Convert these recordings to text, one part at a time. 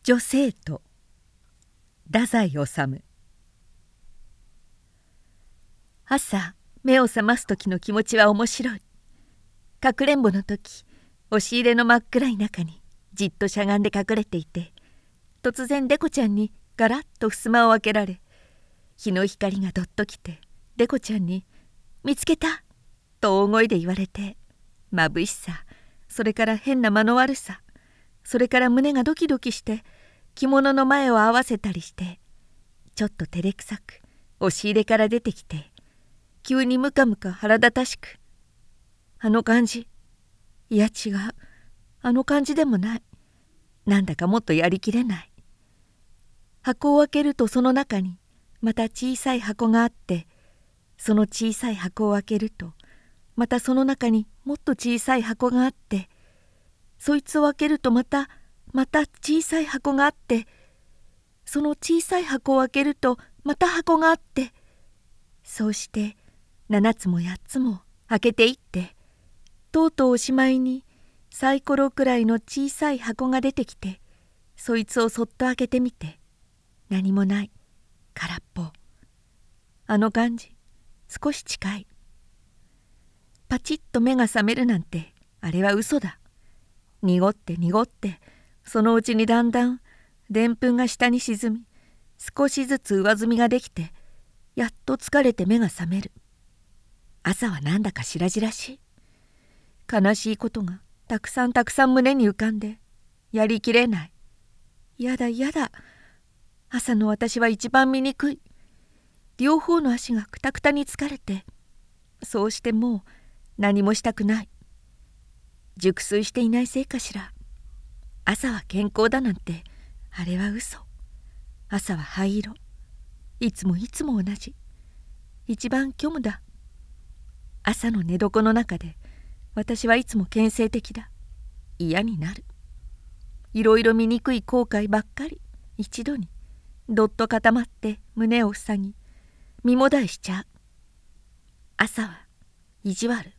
女性と太宰治。朝目を覚ます時の気持ちは面白い。かくれんぼの時、押し入れの真っ暗い中にじっとしゃがんで隠れていて、突然デコちゃんにガラッと襖を開けられ、日の光がどっときてデコちゃんに「見つけた!」と大声で言われて、眩しさ、それから変な間の悪さ、それから胸がドキドキして着物の前を合わせたりして、ちょっと照れくさく押し入れから出てきて、急にムカムカ腹立たしく、あの感じ、いや違う、あの感じでもない、なんだかもっとやりきれない。箱を開けるとその中にまた小さい箱があって、その小さい箱を開けるとまたその中にもっと小さい箱があって、そいつを開けるとまた小さい箱があって、その小さい箱を開けるとまた箱があって、そうして7つも8つも開けていって、とうとうおしまいにサイコロくらいの小さい箱が出てきて、そいつをそっと開けてみて、何もない、空っぽ。あの感じ、少し近い。パチッと目が覚めるなんて、あれは嘘だ。濁って濁って、そのうちにだんだんでんぷんが下に沈み、少しずつ上澄みができて、やっと疲れて目が覚める。朝はなんだか白々しい。悲しいことがたくさん胸に浮かんで、やりきれない。やだやだ。朝の私は一番醜い。両方の足がくたくたに疲れて、そうしてもう何もしたくない。熟睡していないせいかしら。朝は健康だなんて、あれは嘘。朝は灰色。いつも同じ。一番虚無だ。朝の寝床の中で私はいつも牽制的だ。嫌になる。いろいろ醜い後悔ばっかり一度にどっと固まって胸を塞ぎ、身もだえしちゃう。朝は意地悪。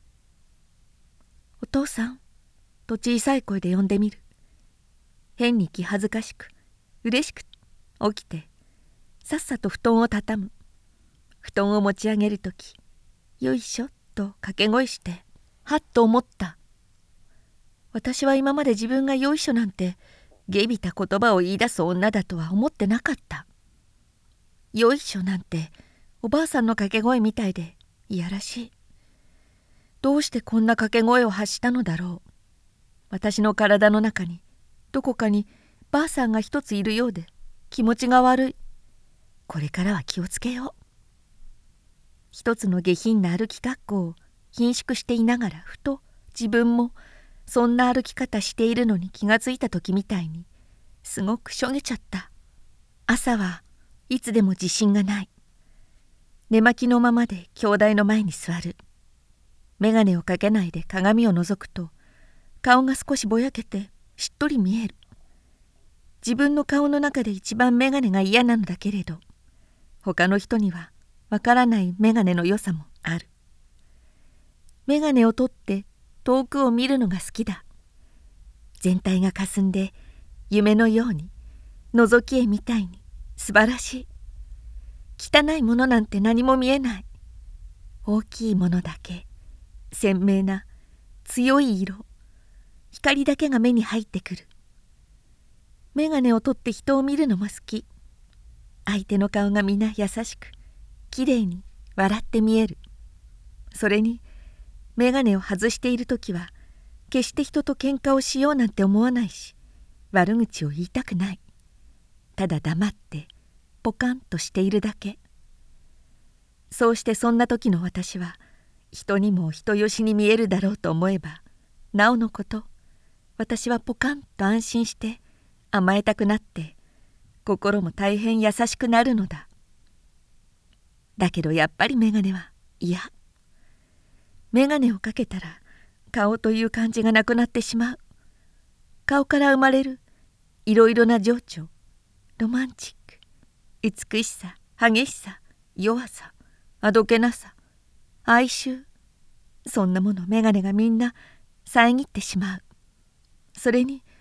お父さんと小さい声で呼んでみる。変に気恥ずかしく嬉しく起きて、さっさと布団をたたむ。布団を持ち上げるとき、よいしょと掛け声して、はっと思った。私は今まで自分がよいしょなんて下びた言葉を言い出す女だとは思ってなかった。よいしょなんておばあさんの掛け声みたいでいやらしい。どうしてこんな掛け声を発したのだろう。私の体の中にどこかにばあさんが一ついるようで気持ちが悪い。これからは気をつけよう。一つの下品な歩き格好を顰蹙していながら、ふと自分もそんな歩き方しているのに気がついた時みたいに、すごくしょげちゃった。朝はいつでも自信がない。寝巻きのままで兄弟の前に座る。眼鏡をかけないで鏡を覗くと、顔が少しぼやけてしっとり見える。自分の顔の中で一番眼鏡が嫌なのだけれど、他の人にはわからない眼鏡の良さもある。眼鏡を取って遠くを見るのが好きだ。全体がかすんで夢のように、覗き絵みたいに素晴らしい。汚いものなんて何も見えない。大きいものだけ、鮮明な強い色、光だけが目に入ってくる。眼鏡を取って人を見るのも好き。相手の顔がみな優しくきれいに笑って見える。それに眼鏡を外しているときは決して人と喧嘩をしようなんて思わないし、悪口を言いたくない。ただ黙ってポカンとしているだけ。そうしてそんな時の私は人にも人よしに見えるだろうと思えば、なおのこと、私はポカンと安心して甘えたくなって、心も大変優しくなるのだ。だけどやっぱり眼鏡は嫌。眼鏡をかけたら顔という感じがなくなってしまう。顔から生まれるいろいろな情緒、ロマンチック、美しさ、激しさ、弱さ、あどけなさ、哀愁、そんなもの眼鏡がみんな遮ってしまう。それに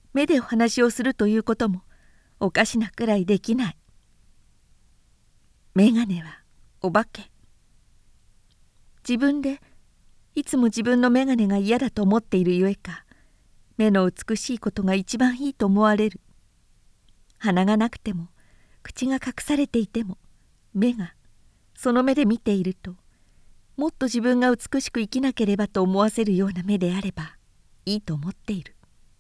目でお話をするということもおかしなくらいできない。眼鏡はお化け。自分でいつも自分の眼鏡が嫌だと思っているゆえか、目の美しいことが一番いいと思われる。鼻がなくても口が隠されていても、目がその目で見ていると、もっと自分が美しく生きなければと思わせるような目であればいいと思っている。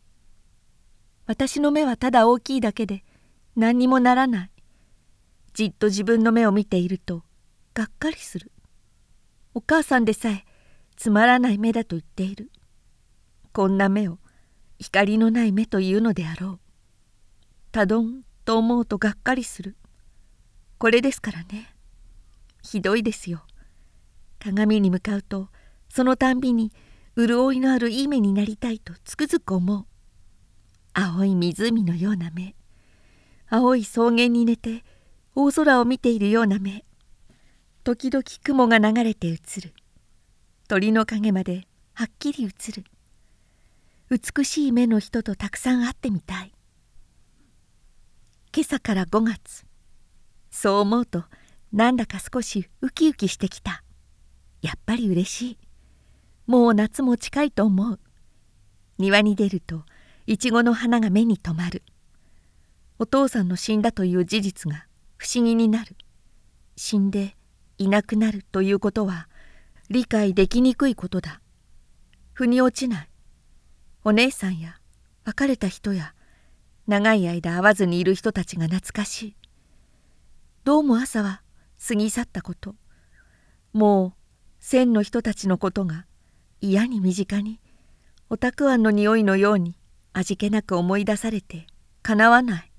私の目はただ大きいだけで何にもならない。じっと自分の目を見ているとがっかりする。お母さんでさえつまらない目だと言っている。こんな目を光のない目というのであろう。たどんと思うとがっかりする。これですからね。ひどいですよ。鏡に向かうとそのたんびに潤いのあるいい目になりたいとつくづく思う。青い湖のような目、青い草原に寝て大空を見ているような目、時々雲が流れて映る。鳥の影まではっきり映る。美しい目の人とたくさん会ってみたい。今朝から5月。そう思うとなんだか少しウキウキしてきた。やっぱり嬉しい。もう夏も近いと思う。庭に出るとイチゴの花が目に留まる。お父さんの死んだという事実が不思議になる。死んでいなくなるということは理解できにくいことだ。腑に落ちない。お姉さんや別れた人や長い間会わずにいる人たちが懐かしい。どうも朝は過ぎ去ったこと、もう千の人たちのことが嫌に身近におたくあんの匂いのように味気なく思い出されてかなわない。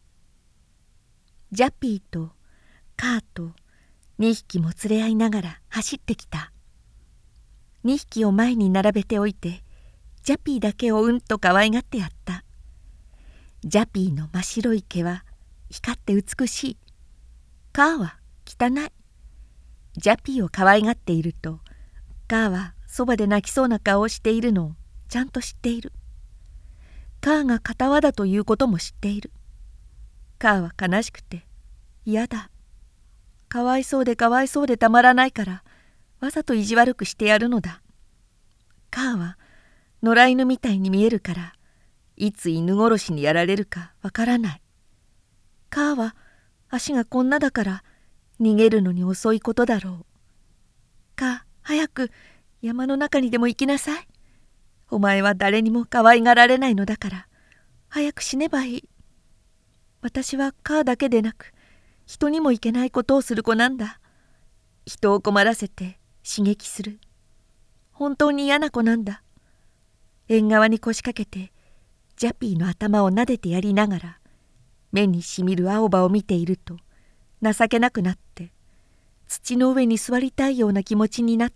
ジャピーとカーと2匹も連れ合いながら走ってきた。2匹を前に並べておいてジャピーだけをうんと可愛がってやった。ジャピーの真っ白い毛は光って美しい。カーは汚い。ジャピーを可愛がっているとカーはそばで泣きそうな顔をしているのをちゃんと知っている。カーが片輪だということも知っている。カーは悲しくて嫌だ。かわいそうでかわいそうでたまらないからわざと意地悪くしてやるのだ。カーは野良犬みたいに見えるからいつ犬殺しにやられるかわからない。カーは足がこんなだから逃げるのに遅いことだろう。カー、早く山の中にでも行きなさい。お前は誰にも可愛がられないのだから早く死ねばいい。私はカーだけでなく人にもいけないことをする子なんだ。人を困らせて刺激する。本当に嫌な子なんだ。縁側に腰掛けてジャピーの頭を撫でてやりながら目にしみる青葉を見ていると情けなくなって土の上に座りたいような気持ちになった。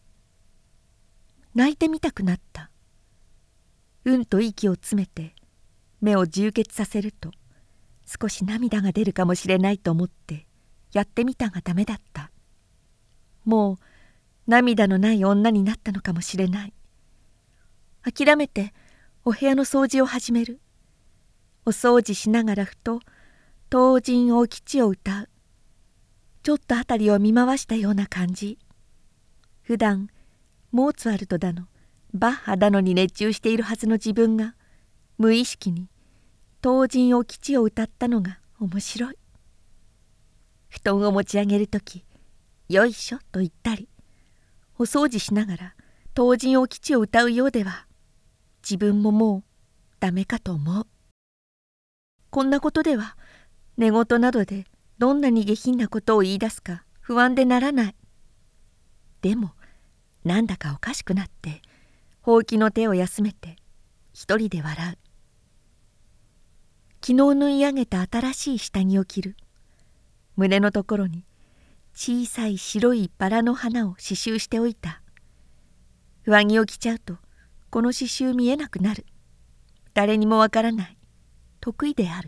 泣いてみたくなった。うんと息を詰めて目を充血させると少し涙が出るかもしれないと思ってやってみたがダメだった。もう涙のない女になったのかもしれない。諦めてお部屋の掃除を始める。お掃除しながらふと東尋お吉を歌う。ちょっとあたりを見回したような感じ。普段モーツァルトだのバッハだのに熱中しているはずの自分が無意識に東尋お吉を歌ったのが面白い。布団を持ち上げるときよいしょと言ったり、お掃除しながら東尋お吉を歌うようでは自分ももうダメかと思う。こんなことでは寝言などでどんなに下品なことを言い出すか不安でならない。でもなんだかおかしくなってほうきの手を休めて一人で笑う。昨日縫い上げた新しい下着を着る。胸のところに小さい白いバラの花を刺繍しておいた。上着を着ちゃうとこの刺繍見えなくなる。誰にもわからない。得意である。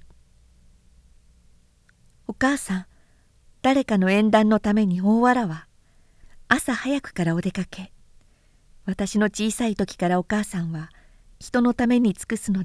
お母さん、誰かの縁談のために大わらは朝早くからお出かけ。私の小さい時からお母さんは人のために尽くすので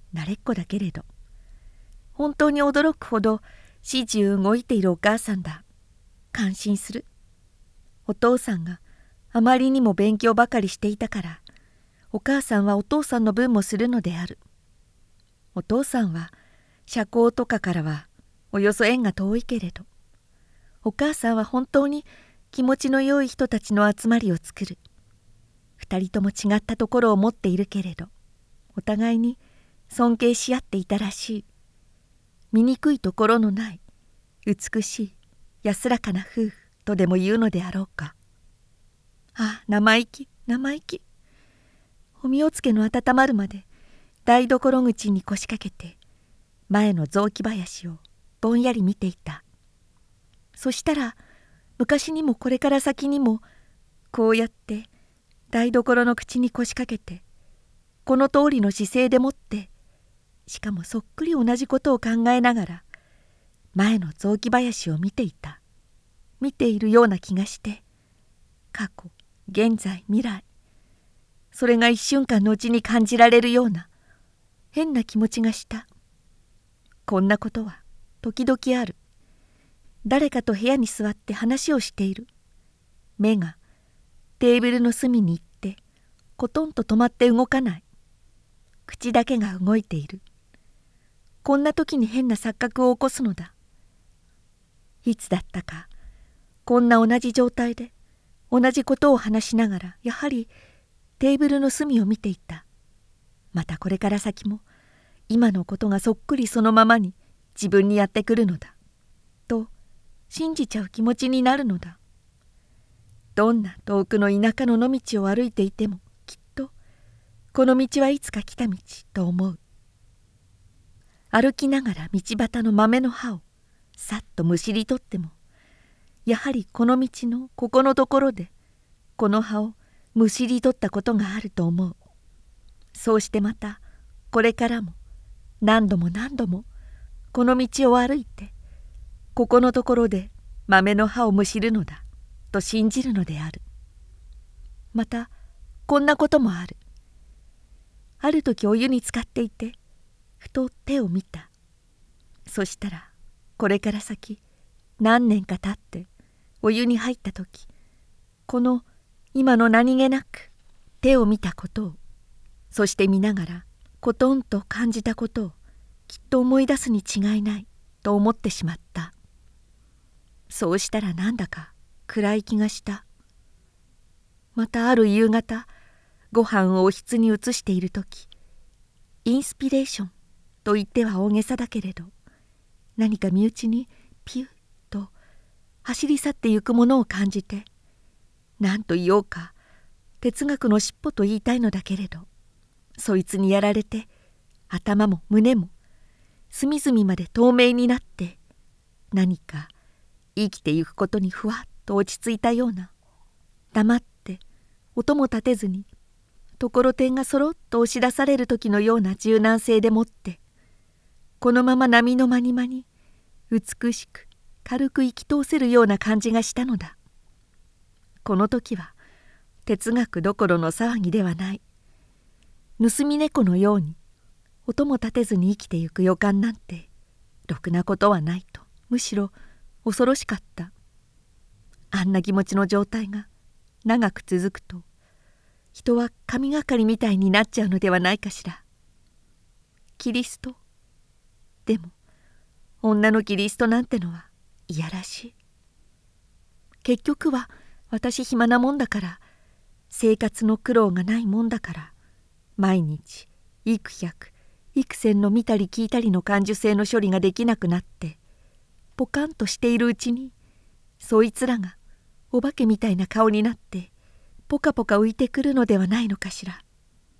慣れっこだけれど、本当に驚くほど始終動いているお母さんだ。感心する。お父さんがあまりにも勉強ばかりしていたから、お母さんはお父さんの分もするのである。お父さんは社交とかからはおよそ縁が遠いけれど、お母さんは本当に気持ちの良い人たちの集まりを作る。二人とも違ったところを持っているけれど、お互いに尊敬し合っていたらしい。醜いところのない美しい安らかな夫婦とでも言うのであろうか。ああ、生意気生意気。おみおつけの温まるまで台所口に腰掛けて前の雑木林をぼんやり見ていた。そしたら昔にもこれから先にもこうやって台所の口に腰掛けてこの通りの姿勢でもって、しかもそっくり同じことを考えながら前の雑木林を見ていた。見ているような気がして、過去現在未来、それが一瞬間のうちに感じられるような変な気持ちがした。こんなことは時々ある。誰かと部屋に座って話をしている。目がテーブルの隅に行ってコトンと止まって動かない。口だけが動いている。こんな時に変な錯覚を起こすのだ。いつだったかこんな同じ状態で同じことを話しながらやはりテーブルの隅を見ていた。またこれから先も今のことがそっくりそのままに自分にやってくるのだと信じちゃう気持ちになるのだ。どんな遠くの田舎の野道を歩いていてもきっとこの道はいつか来た道と思う。歩きながら道端の豆の葉をさっとむしり取っても、やはりこの道のここのところでこの葉をむしり取ったことがあると思う。そうしてまたこれからも何度も何度もこの道を歩いてここのところで豆の葉をむしるのだと信じるのである。またこんなこともある。ある時お湯に浸かっていてふと手を見た。そしたらこれから先何年か経ってお湯に入った時、この今の何気なく手を見たことを、そして見ながらコトンと感じたことをきっと思い出すに違いないと思ってしまった。そうしたらなんだか暗い気がした。またある夕方、ご飯をおひつに移している時、インスピレーションと言っては大げさだけれど、何か身内にピュッと走り去ってゆくものを感じて、何と言おうか哲学の尻尾と言いたいのだけれど、そいつにやられて頭も胸も隅々まで透明になって、何か生きてゆくことにふわっと落ち着いたような、黙って音も立てずにところてんがそろっと押し出される時のような柔軟性でもって、このまま波の間に間に美しく軽く生き通せるような感じがしたのだ。この時は哲学どころの騒ぎではない。盗み猫のように音も立てずに生きてゆく予感なんてろくなことはないと、むしろ恐ろしかった。あんな気持ちの状態が長く続くと、人は神がかりみたいになっちゃうのではないかしら。キリストでも女のキリストなんてのはいやらしい。結局は私暇なもんだから、生活の苦労がないもんだから、毎日幾百幾千の見たり聞いたりの感受性の処理ができなくなって、ポカンとしているうちにそいつらがお化けみたいな顔になってポカポカ浮いてくるのではないのかしら。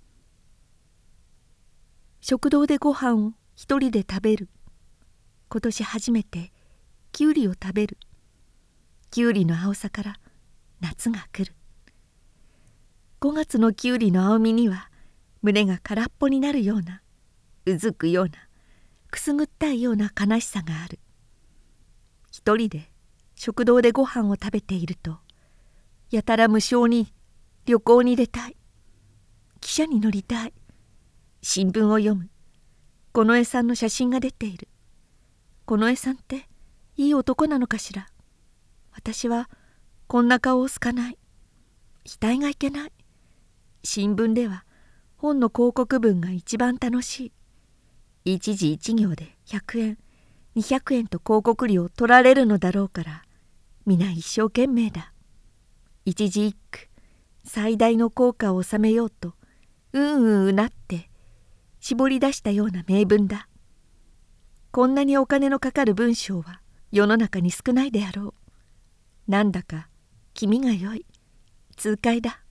食堂でご飯を一人で食べる。今年初めてきゅうりを食べる。きゅうりの青さから夏が来る。5月のきゅうりの青みには胸が空っぽになるような、うずくような、くすぐったいような悲しさがある。一人で食堂でご飯を食べていると、やたら無性に旅行に出たい、汽車に乗りたい、新聞を読む、 近衛さんの写真が出ている。近衛さんっていい男なのかしら。私はこんな顔をすかない。額がいけない。新聞では本の広告文が一番楽しい。一字一行で100円200円と広告料を取られるのだろうから、皆一生懸命だ。一字一句最大の効果を収めようとうなって絞り出したような名文だ。こんなにお金のかかる文章は世の中に少ないであろう。なんだか気味がよい。痛快だ。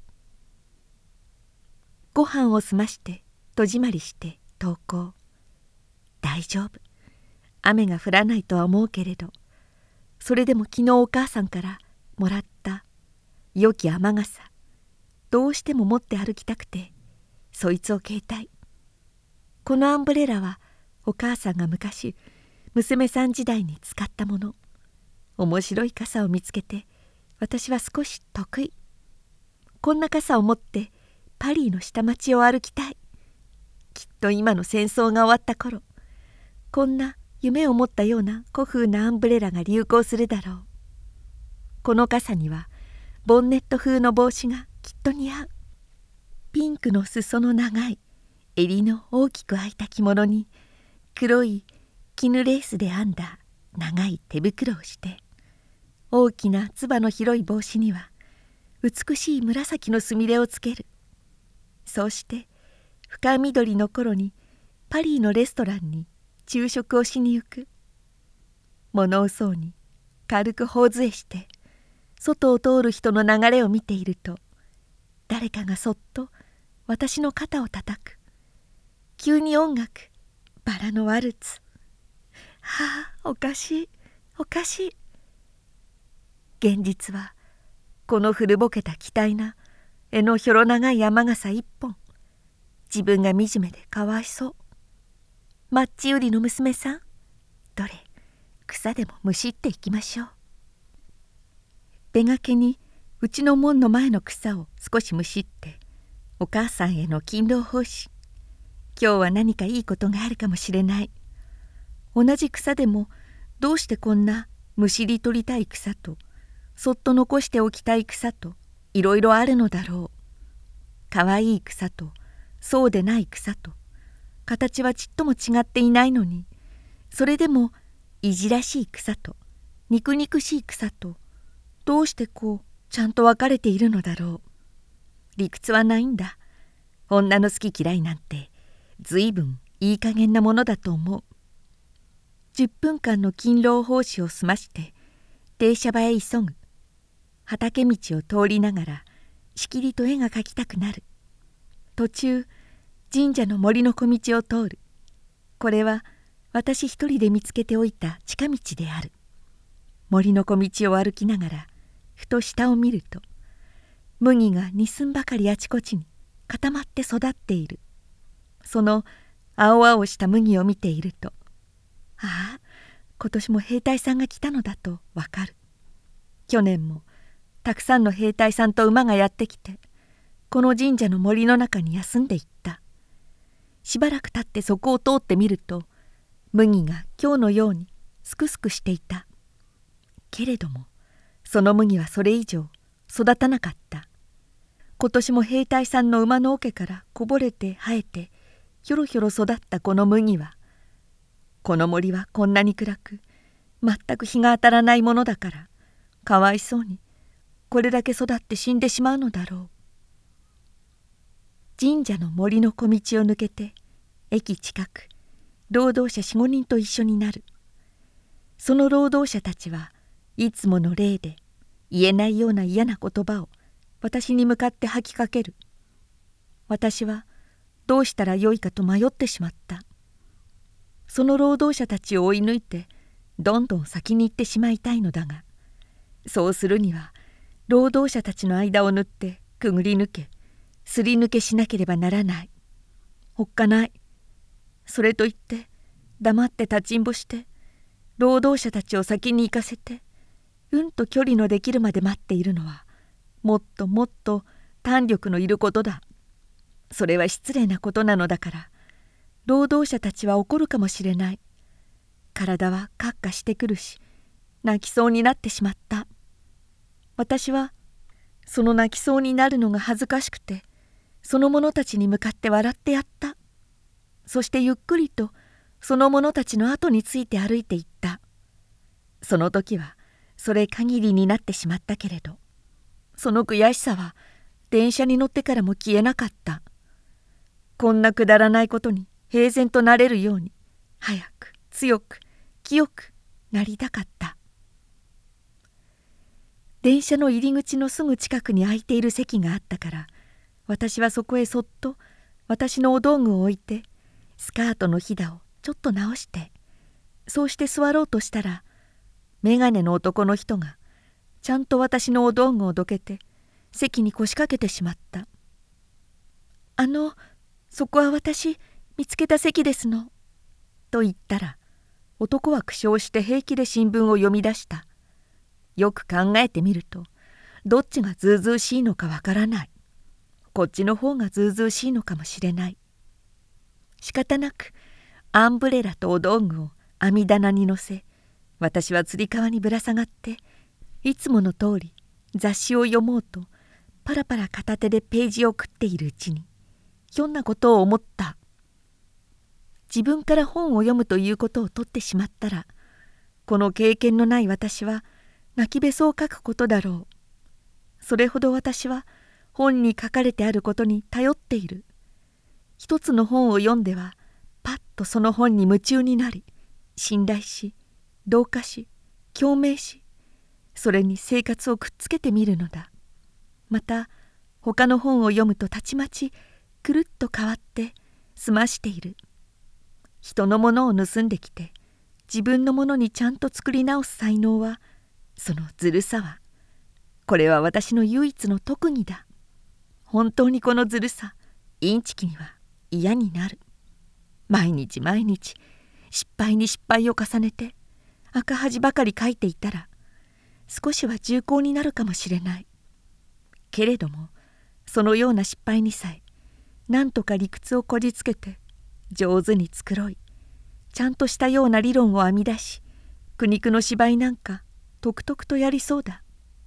ご飯を済まして戸締まりして投稿。大丈夫。雨が降らないとは思うけれど、それでも昨日お母さんからもらった良き雨傘、どうしても持って歩きたくて、そいつを携帯。このアンブレラはお母さんが昔娘さん時代に使ったもの。面白い傘を見つけて私は少し得意。こんな傘を持ってパリの下町を歩きたい。きっと今の戦争が終わった頃、こんな夢を持ったような古風なアンブレラが流行するだろう。この傘にはボンネット風の帽子がきっと似合う。ピンクの裾の長い襟の大きく開いた着物に黒い絹レースで編んだ長い手袋をして、大きなつばの広い帽子には美しい紫のすみれをつける。そうして深緑の頃にパリのレストランに昼食をしに行く。物憂そうに軽く頬杖して外を通る人の流れを見ていると、誰かがそっと私の肩をたたく。急に音楽、バラのワルツ。はあ、おかしいおかしい。現実はこの古ぼけた期待な柄のひょろ長い雨傘一本。自分が惨めでかわいそう。マッチ売りの娘さん、どれ草でもむしっていきましょう。出がけにうちの門の前の草を少しむしって、お母さんへの勤労奉仕。今日は何かいいことがあるかもしれない。同じ草でもどうしてこんなむしり取りたい草とそっと残しておきたい草といろいろあるのだろう。かわいい草とそうでない草と、形はちっとも違っていないのに、それでもいじらしい草と肉々しい草と、どうしてこうちゃんと分かれているのだろう。理屈はないんだ。女の好き嫌いなんてずいぶんいい加減なものだと思う。10分間の勤労奉仕を済まして停車場へ急ぐ。畑道を通りながらしきりと絵が描きたくなる。途中神社の森の小道を通る。これは私一人で見つけておいた近道である。森の小道を歩きながらふと下を見ると、麦が2寸ばかりあちこちに固まって育っている。その青々した麦を見ていると、ああ、今年も兵隊さんが来たのだとわかる。去年もたくさんの兵隊さんと馬がやってきて、この神社の森の中に休んでいった。しばらく経ってそこを通ってみると、麦が今日のようにすくすくしていた。けれどもその麦はそれ以上育たなかった。今年も兵隊さんの馬の桶からこぼれて生えてひょろひょろ育ったこの麦は、この森はこんなに暗く全く日が当たらないものだから、かわいそうにこれだけ育って死んでしまうのだろう。神社の森の小道を抜けて駅近く、労働者 4,5 人と一緒になる。その労働者たちはいつもの例で言えないような嫌な言葉を私に向かって吐きかける。私はどうしたらよいかと迷ってしまった。その労働者たちを追い抜いてどんどん先に行ってしまいたいのだが、そうするには労働者たちの間を縫ってくぐり抜けすり抜けしなければならない。おっかない。それと言って黙って立ちんぼして労働者たちを先に行かせてうんと距離のできるまで待っているのは、もっともっと胆力のいることだ。それは失礼なことなのだから、 労働者たちは怒るかもしれない。体はカッカしてくるし、泣きそうになってしまった。私はその泣きそうになるのが恥ずかしくて、その者たちに向かって笑ってやった。そしてゆっくりとその者たちの後について歩いていった。その時はそれ限りになってしまったけれど、その悔しさは電車に乗ってからも消えなかった。こんなくだらないことに平然となれるように、早く強く清くなりたかった。電車の入り口のすぐ近くに空いている席があったから、私はそこへそっと私のお道具を置いて、スカートのひだをちょっと直して、そうして座ろうとしたら、眼鏡の男の人がちゃんと私のお道具をどけて席に腰掛けてしまった。そこは私見つけた席ですの。と言ったら、男は苦笑して平気で新聞を読み出した。よく考えてみると、どっちがずうずうしいのかわからない。こっちの方がずうずうしいのかもしれない。仕方なくアンブレラとお道具を網棚に乗せ、私はつり革にぶら下がって、いつもの通り雑誌を読もうとパラパラ片手でページを食っているうちに、ひょんなことを思った。自分から本を読むということを取ってしまったら、この経験のない私は泣きべそを書くことだろう。それほど私は本に書かれてあることに頼っている。一つの本を読んではパッとその本に夢中になり、信頼し、同化し、共鳴し、それに生活をくっつけてみるのだ。また他の本を読むとたちまちくるっと変わって済ましている。人のものを盗んできて自分のものにちゃんと作り直す才能は、そのずるさは、これは私の唯一の特技だ。本当にこのずるさ、インチキには嫌になる。毎日毎日失敗に失敗を重ねて赤恥ばかり書いていたら、少しは重厚になるかもしれない。けれどもそのような失敗にさえなんとか理屈をこじつけて上手に繕い、ちゃんとしたような理論を編み出し、苦肉の芝居なんかとくとくとやりそうだ。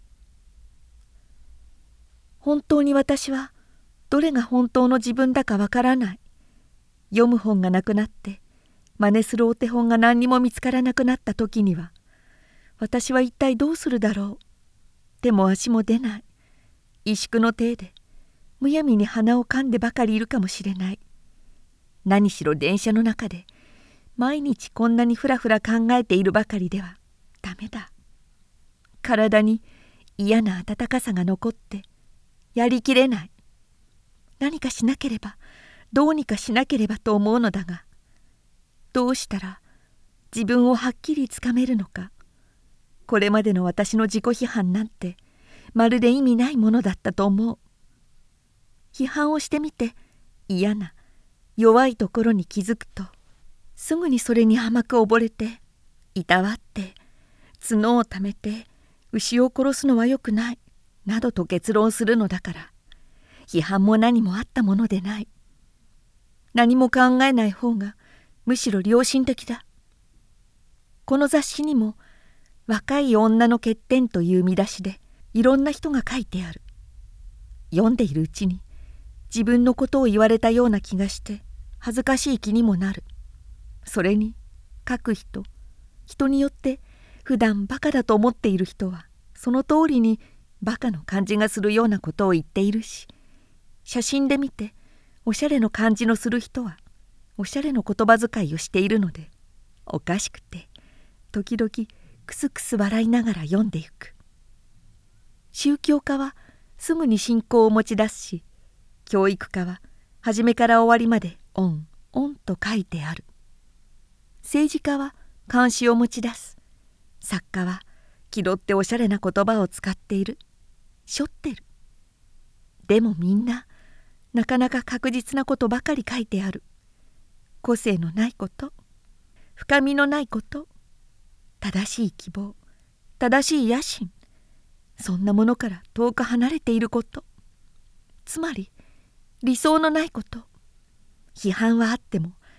本当に私はどれが本当の自分だかわからない。読む本がなくなって真似するお手本が何にも見つからなくなった時には、私は一体どうするだろう。手も足も出ない。萎縮の体でむやみに鼻をかんでばかりいるかもしれない。何しろ電車の中で毎日こんなにふらふら考えているばかりではダメだ。体に嫌な温かさが残ってやりきれない。何かしなければ、どうにかしなければと思うのだが、どうしたら自分をはっきりつかめるのか。これまでの私の自己批判なんてまるで意味ないものだったと思う。批判をしてみて嫌な弱いところに気づくと、すぐにそれに甘く溺れていたわって角をためて牛を殺すのはよくないなどと結論するのだから、批判も何もあったものでない。何も考えない方がむしろ良心的だ。この雑誌にも若い女の欠点という見出しでいろんな人が書いてある。読んでいるうちに自分のことを言われたような気がして恥ずかしい気にもなる。それに書く人によって普段バカだと思っている人はその通りにバカの感じがするようなことを言っているし、写真で見ておしゃれの感じのする人はおしゃれの言葉遣いをしているので、おかしくて時々クスクス笑いながら読んでゆく。宗教家はすぐに信仰を持ち出すし、教育家は初めから終わりまでオンオンと書いてある。政治家は監視を持ち出す。作家は気取っておしゃれな言葉を使っている。しょってる。でもみんななかなか確実なことばかり書いてある。個性のないこと、深みのないこと、正しい希望、正しい野心、そんなものから遠く離れていること、つまり理想のないこと。批判はあっても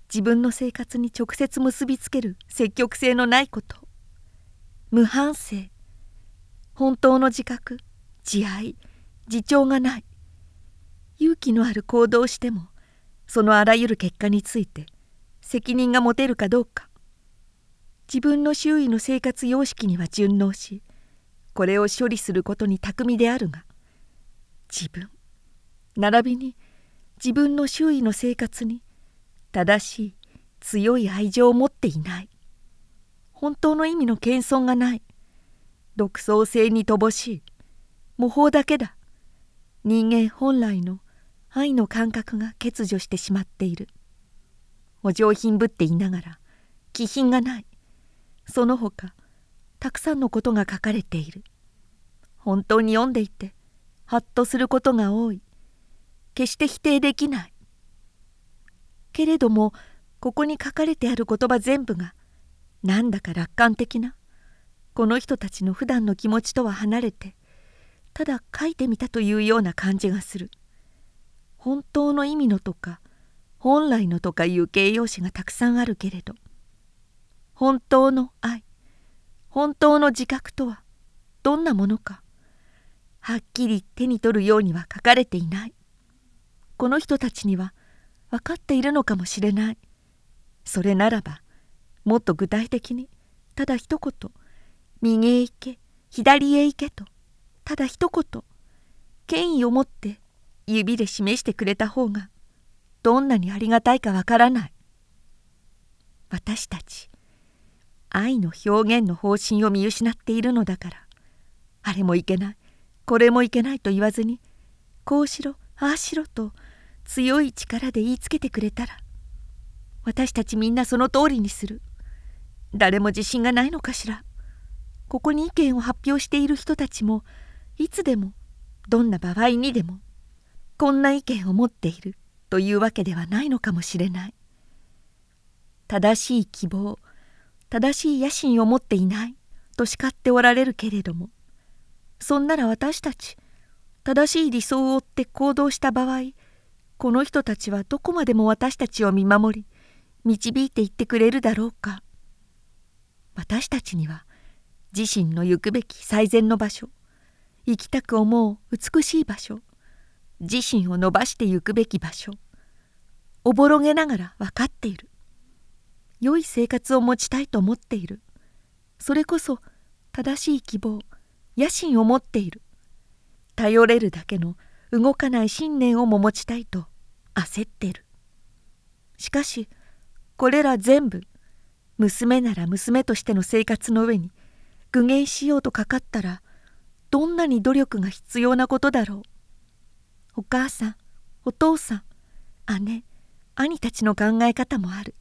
自分の生活に直接結びつける積極性のないこと、無反省、本当の自覚、自愛、自重がない。勇気のある行動をしても、そのあらゆる結果について責任が持てるかどうか。自分の周囲の生活様式には順応し、これを処理することに巧みであるが、自分並びに自分の周囲の生活に正しい強い愛情を持っていない。本当の意味の謙遜がない。独創性に乏しい。模倣だけだ。人間本来の愛の感覚が欠如してしまっている。お上品ぶっていながら気品がない。その他たくさんのことが書かれている。本当に読んでいてハッとすることが多い。決して否定できない。けれどもここに書かれてある言葉全部がなんだか楽観的な、この人たちの普段の気持ちとは離れて、ただ書いてみたというような感じがする。本当の意味のとか本来のとかいう形容詞がたくさんあるけれど、本当の愛、本当の自覚とはどんなものか、はっきり手に取るようには書かれていない。この人たちには分かっているのかもしれない。それならばもっと具体的にただ一言、右へ行け左へ行けとただ一言、権威を持って指で示してくれた方がどんなにありがたいかわからない。私たち愛の表現の方針を見失っているのだから、あれもいけないこれもいけないと言わずに、こうしろああしろと強い力で言いつけてくれたら、私たちみんなその通りにする。誰も自信がないのかしら。ここに意見を発表している人たちもいつでもどんな場合にでもこんな意見を持っているというわけではないのかもしれない。正しい希望、正しい野心を持っていないと叱っておられるけれども、そんなら私たち正しい理想を追って行動した場合、この人たちはどこまでも私たちを見守り導いていってくれるだろうか。私たちには自身の行くべき最善の場所、行きたく思う美しい場所、自身を伸ばして行くべき場所、おぼろげながら分かっている。良い生活を持ちたいと思っている。それこそ正しい希望、野心を持っている。頼れるだけの動かない信念をも持ちたいと焦っている。しかしこれら全部、娘なら娘としての生活の上に具現しようとかかったら、どんなに努力が必要なことだろう。お母さん、お父さん、姉、兄たちの考え方もある。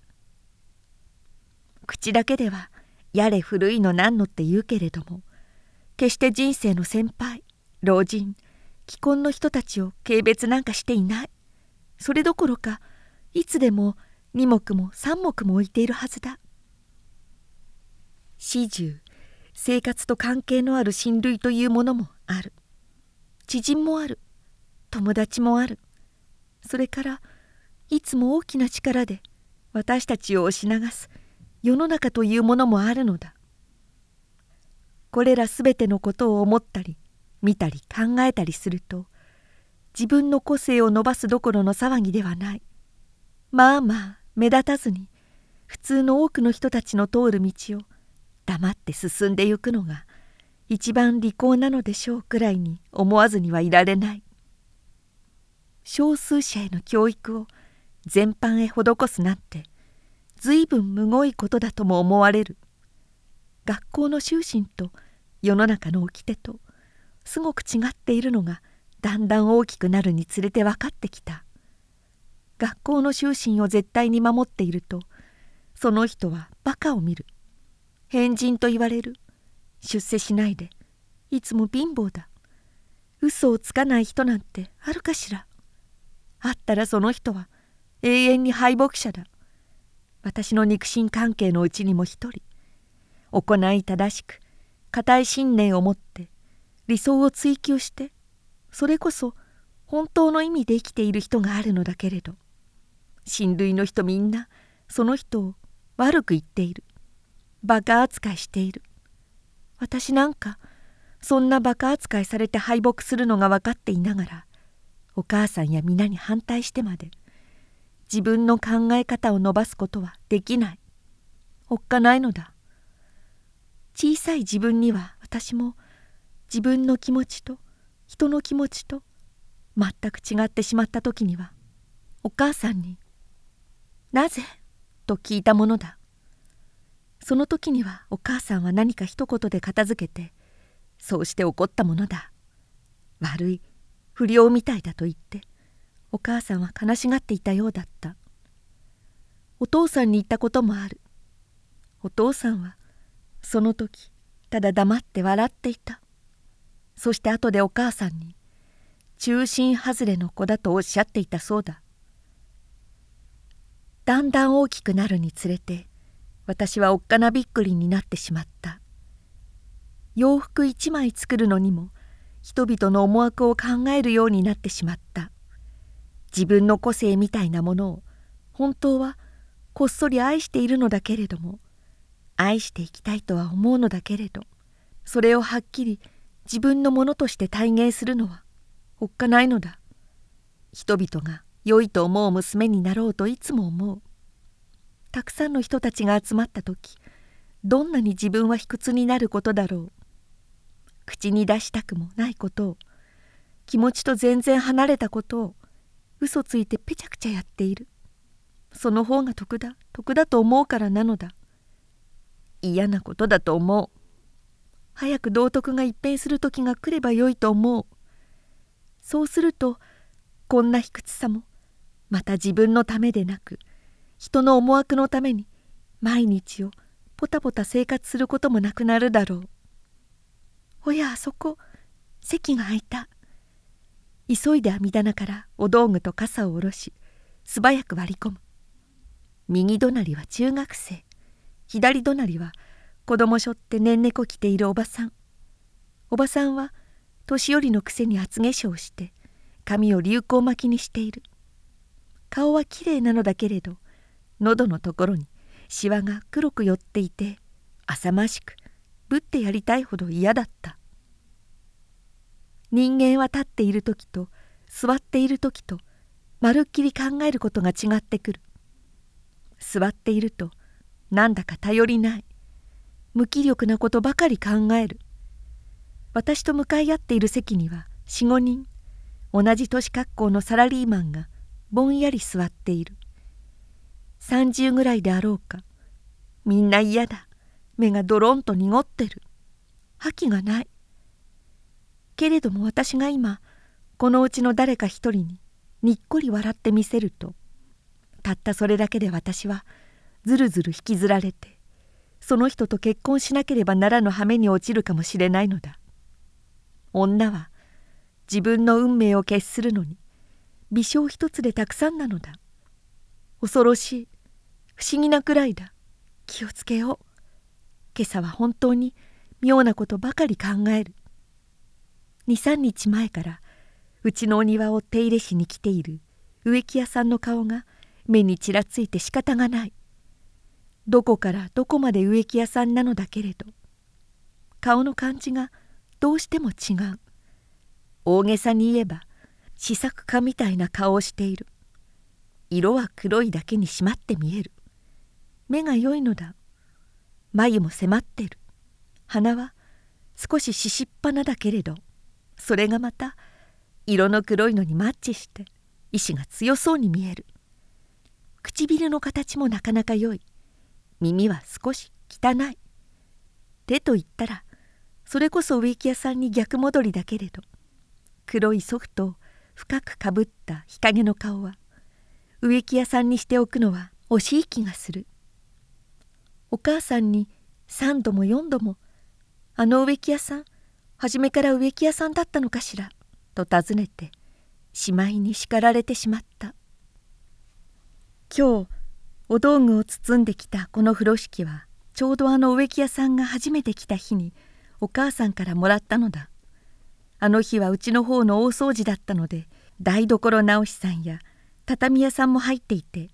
口だけではやれ古いのなんのって言うけれども、決して人生の先輩、老人、既婚の人たちを軽蔑なんかしていない。それどころかいつでも2目も3目も置いているはずだ。始終生活と関係のある親類というものもある。知人もある。友達もある。それからいつも大きな力で私たちを押し流す世の中というものもあるのだ。これらすべてのことを思ったり見たり考えたりすると、自分の個性を伸ばすどころの騒ぎではない。まあまあ目立たずに普通の多くの人たちの通る道を黙って進んでゆくのが一番利口なのでしょうくらいに思わずにはいられない。少数者への教育を全般へ施すなんて随分むごいことだとも思われる。学校の修身と世の中の掟とすごく違っているのがだんだん大きくなるにつれて分かってきた。学校の修身を絶対に守っていると、その人はバカを見る。変人と言われる。出世しないでいつも貧乏だ。嘘をつかない人なんてあるかしら。あったらその人は永遠に敗北者だ。私の肉親関係のうちにも一人、行い正しく固い信念を持って理想を追求して、それこそ本当の意味で生きている人があるのだけれど、親類の人みんなその人を悪く言っている。バカ扱いしている。私なんかそんなバカ扱いされて敗北するのが分かっていながら、お母さんや皆に反対してまで自分の考え方を伸ばすことはできない。おっかないのだ。小さい自分には私も自分の気持ちと人の気持ちと全く違ってしまった時には、お母さんに「なぜ?」と聞いたものだ。その時にはお母さんは何か一言で片付けて、そうして怒ったものだ。悪い不良みたいだと言ってお母さんは悲しがっていたようだった。お父さんに言ったこともある。お父さんはその時ただ黙って笑っていた。そして後でお母さんに中心外れの子だとおっしゃっていたそうだ。だんだん大きくなるにつれて私はおっかなびっくりになってしまった。洋服一枚作るのにも人々の思惑を考えるようになってしまった。自分の個性みたいなものを本当はこっそり愛しているのだけれども、愛していきたいとは思うのだけれど、それをはっきり自分のものとして体現するのはおっかないのだ。人々が良いと思う娘になろうといつも思う。たくさんの人たちが集まった時、どんなに自分は卑屈になることだろう。口に出したくもないことを、気持ちと全然離れたことを嘘ついてぺちゃくちゃやっている。その方が得だと思うからなのだ。嫌なことだと思う。早く道徳が一変する時が来ればよいと思う。そうするとこんな卑屈さもまた自分のためでなく人の思惑のために毎日をポタポタ生活することもなくなるだろう。おや、あそこ席が空いた。急いで網棚からお道具と傘を下ろし素早く割り込む。右隣は中学生、左隣は子供しょってねんねこ着ているおばさん。おばさんは年寄りのくせに厚化粧して髪を流行巻きにしている。顔はきれいなのだけれど、喉のところにシワが黒く寄っていて浅ましくぶってやりたいほど嫌だった。人間は立っている時と座っている時とまるっきり考えることが違ってくる。座っているとなんだか頼りない無気力なことばかり考える。私と向かい合っている席には 4,5 人同じ年格好のサラリーマンがぼんやり座っている。30ぐらいであろうか。みんな嫌だ。目がドロンと濁ってる。覇気がない。けれども私が今このうちの誰か一人ににっこり笑ってみせると、たったそれだけで私はずるずる引きずられてその人と結婚しなければならぬ羽目に落ちるかもしれないのだ。女は自分の運命を決するのに微笑一つでたくさんなのだ。恐ろしい、不思議なくらいだ。気をつけよう。今朝は本当に妙なことばかり考える。2、3日前からうちのお庭を手入れしに来ている植木屋さんの顔が目にちらついて仕方がない。どこからどこまで植木屋さんなのだけれど、顔の感じがどうしても違う。大げさに言えば試作家みたいな顔をしている。色は黒いだけに締まって見える。目が良いのだ。眉も迫ってる。鼻は少しししっぱなだけれど、それがまた色の黒いのにマッチして意志が強そうに見える。唇の形もなかなか良い。耳は少し汚い。手と言ったらそれこそ植木屋さんに逆戻りだけれど、黒いソフトを深くかぶった日陰の顔は植木屋さんにしておくのは惜しい気がする。お母さんに3度も4度も「あの植木屋さん初めから植木屋さんだったのかしら」と尋ねてしまいに叱られてしまった。今日お道具を包んできたこの風呂敷はちょうどあの植木屋さんが初めて来た日にお母さんからもらったのだ。あの日はうちの方の大掃除だったので、台所直しさんや畳屋さんも入っていて、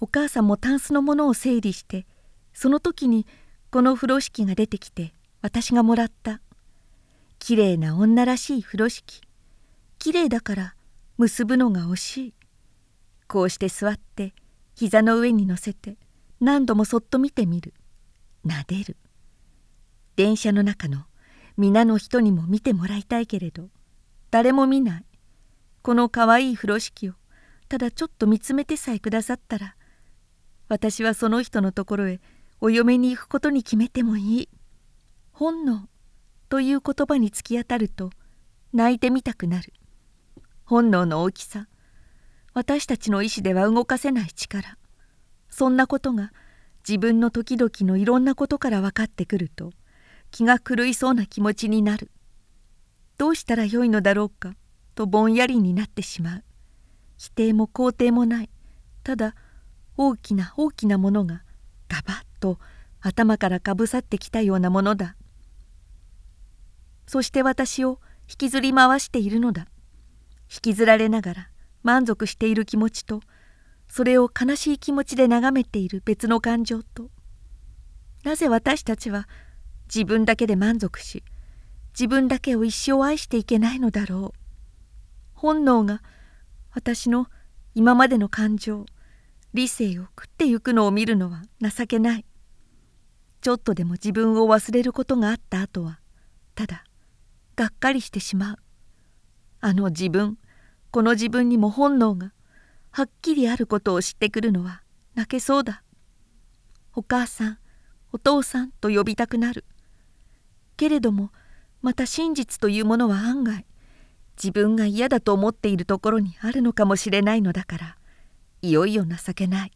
お母さんもタンスのものを整理して、その時にこの風呂敷が出てきて私がもらった。きれいな女らしい風呂敷。きれいだから結ぶのが惜しい。こうして座って膝の上に乗せて何度もそっと見てみる。撫でる。電車の中の皆の人にも見てもらいたいけれど、誰も見ない。このかわいい風呂敷をただちょっと見つめてさえくださったら、私はその人のところへお嫁に行くことに決めてもいい。本能という言葉に突き当たると泣いてみたくなる。本能の大きさ、私たちの意志では動かせない力、そんなことが自分の時々のいろんなことから分かってくると、気が狂いそうな気持ちになる。どうしたらよいのだろうかとぼんやりになってしまう。否定も肯定もない。ただ大きな大きなものがガバッと頭からかぶさってきたようなものだ。そして私を引きずり回しているのだ。引きずられながら満足している気持ちと、それを悲しい気持ちで眺めている別の感情と、なぜ私たちは自分だけで満足し、自分だけを一生愛していけないのだろう。本能が私の今までの感情、理性を食ってゆくのを見るのは情けない。ちょっとでも自分を忘れることがあった後は、ただがっかりしてしまう。あの自分、この自分にも本能がはっきりあることを知ってくるのは泣けそうだ。お母さん、お父さんと呼びたくなる。けれどもまた真実というものは案外自分が嫌だと思っているところにあるのかもしれないのだから、いよいよ情けない。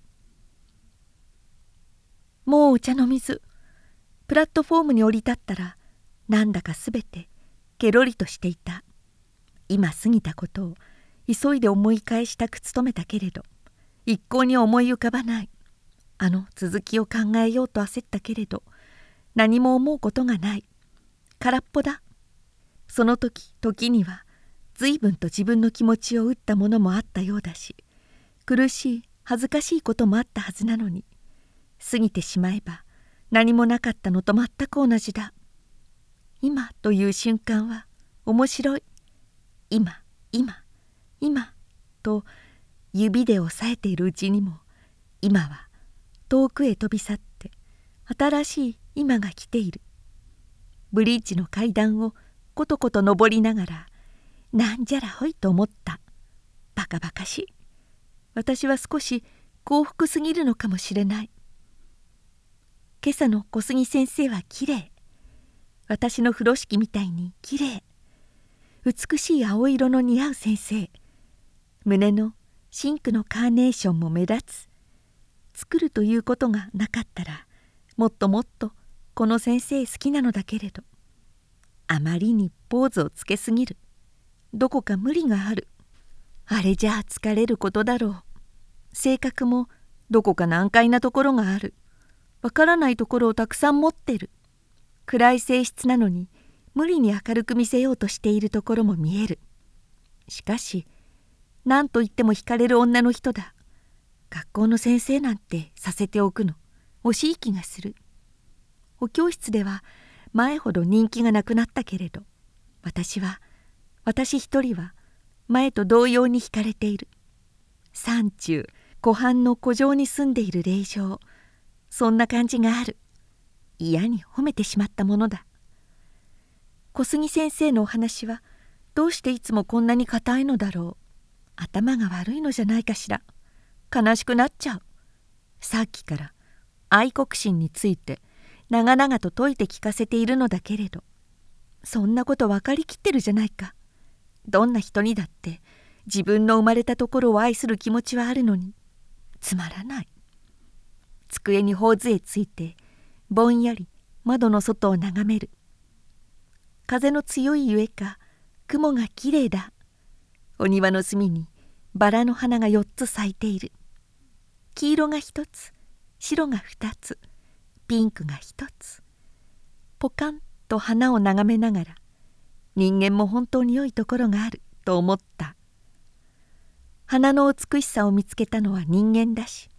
もうお茶の水。プラットフォームに降り立ったら、なんだかすべてケロリとしていた。今過ぎたことを急いで思い返したく努めたけれど、一向に思い浮かばない。あの続きを考えようと焦ったけれど、何も思うことがない。空っぽだ。その時には随分と自分の気持ちを打ったものもあったようだし、苦しい恥ずかしいこともあったはずなのに、過ぎてしまえば何もなかったのと全く同じだ。今という瞬間は面白い。今今今と指で押さえているうちにも、今は遠くへ飛び去って新しい今が来ている。ブリッジの階段をことこと登りながら、なんじゃらほいと思った。バカバカしい。私は少し幸福すぎるのかもしれない。今朝の小杉先生はきれい。私の風呂敷みたいにきれい。美しい青色の似合う先生。胸の真紅のカーネーションも目立つ。作るということがなかったら、もっともっとこの先生好きなのだけれど、あまりにポーズをつけすぎる。どこか無理がある。あれじゃあ疲れることだろう。性格もどこか難解なところがある。わからないところをたくさん持ってる。暗い性質なのに無理に明るく見せようとしているところも見える。しかし何と言っても惹かれる女の人だ。学校の先生なんてさせておくの惜しい気がする。お教室では前ほど人気がなくなったけれど、私一人は前と同様に惹かれている。山中湖畔の湖上に住んでいる霊場、そんな感じがある。嫌に褒めてしまったものだ。小杉先生のお話はどうしていつもこんなに硬いのだろう。頭が悪いのじゃないかしら。悲しくなっちゃう。さっきから愛国心について長々と説いて聞かせているのだけれど、そんなこと分かりきってるじゃないか。どんな人にだって自分の生まれたところを愛する気持ちはあるのに、つまらない。机に頬杖ついてぼんやり窓の外を眺める。風の強いゆえか雲がきれいだ。お庭の隅にバラの花が4つ咲いている。黄色が1つ、白が2つ、ピンクが1つ。ポカンと花を眺めながら、人間も本当に良いところがあると思った。花の美しさを見つけたのは人間だし、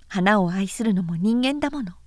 花を愛するのも人間だもの。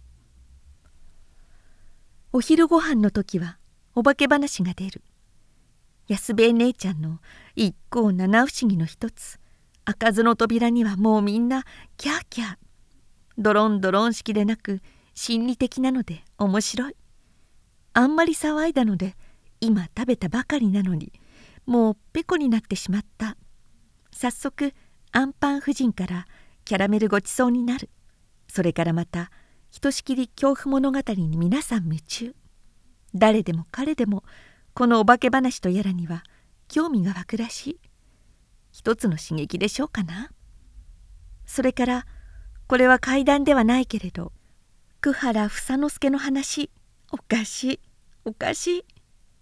お昼ご飯の時はお化け話が出る。安兵衛姉ちゃんの一向七不思議の一つ、開かずの扉にはもうみんなキャーキャー。ドロンドロン式でなく心理的なので面白い。あんまり騒いだので今食べたばかりなのにもうペコになってしまった。早速アンパン夫人からキャラメルごちそうになる。それからまたひとしきり恐怖物語に皆さん夢中。誰でも彼でもこのお化け話とやらには興味が湧くらしい。一つの刺激でしょうかな。それからこれは怪談ではないけれど、久原房之助の話、おかしいおかしい。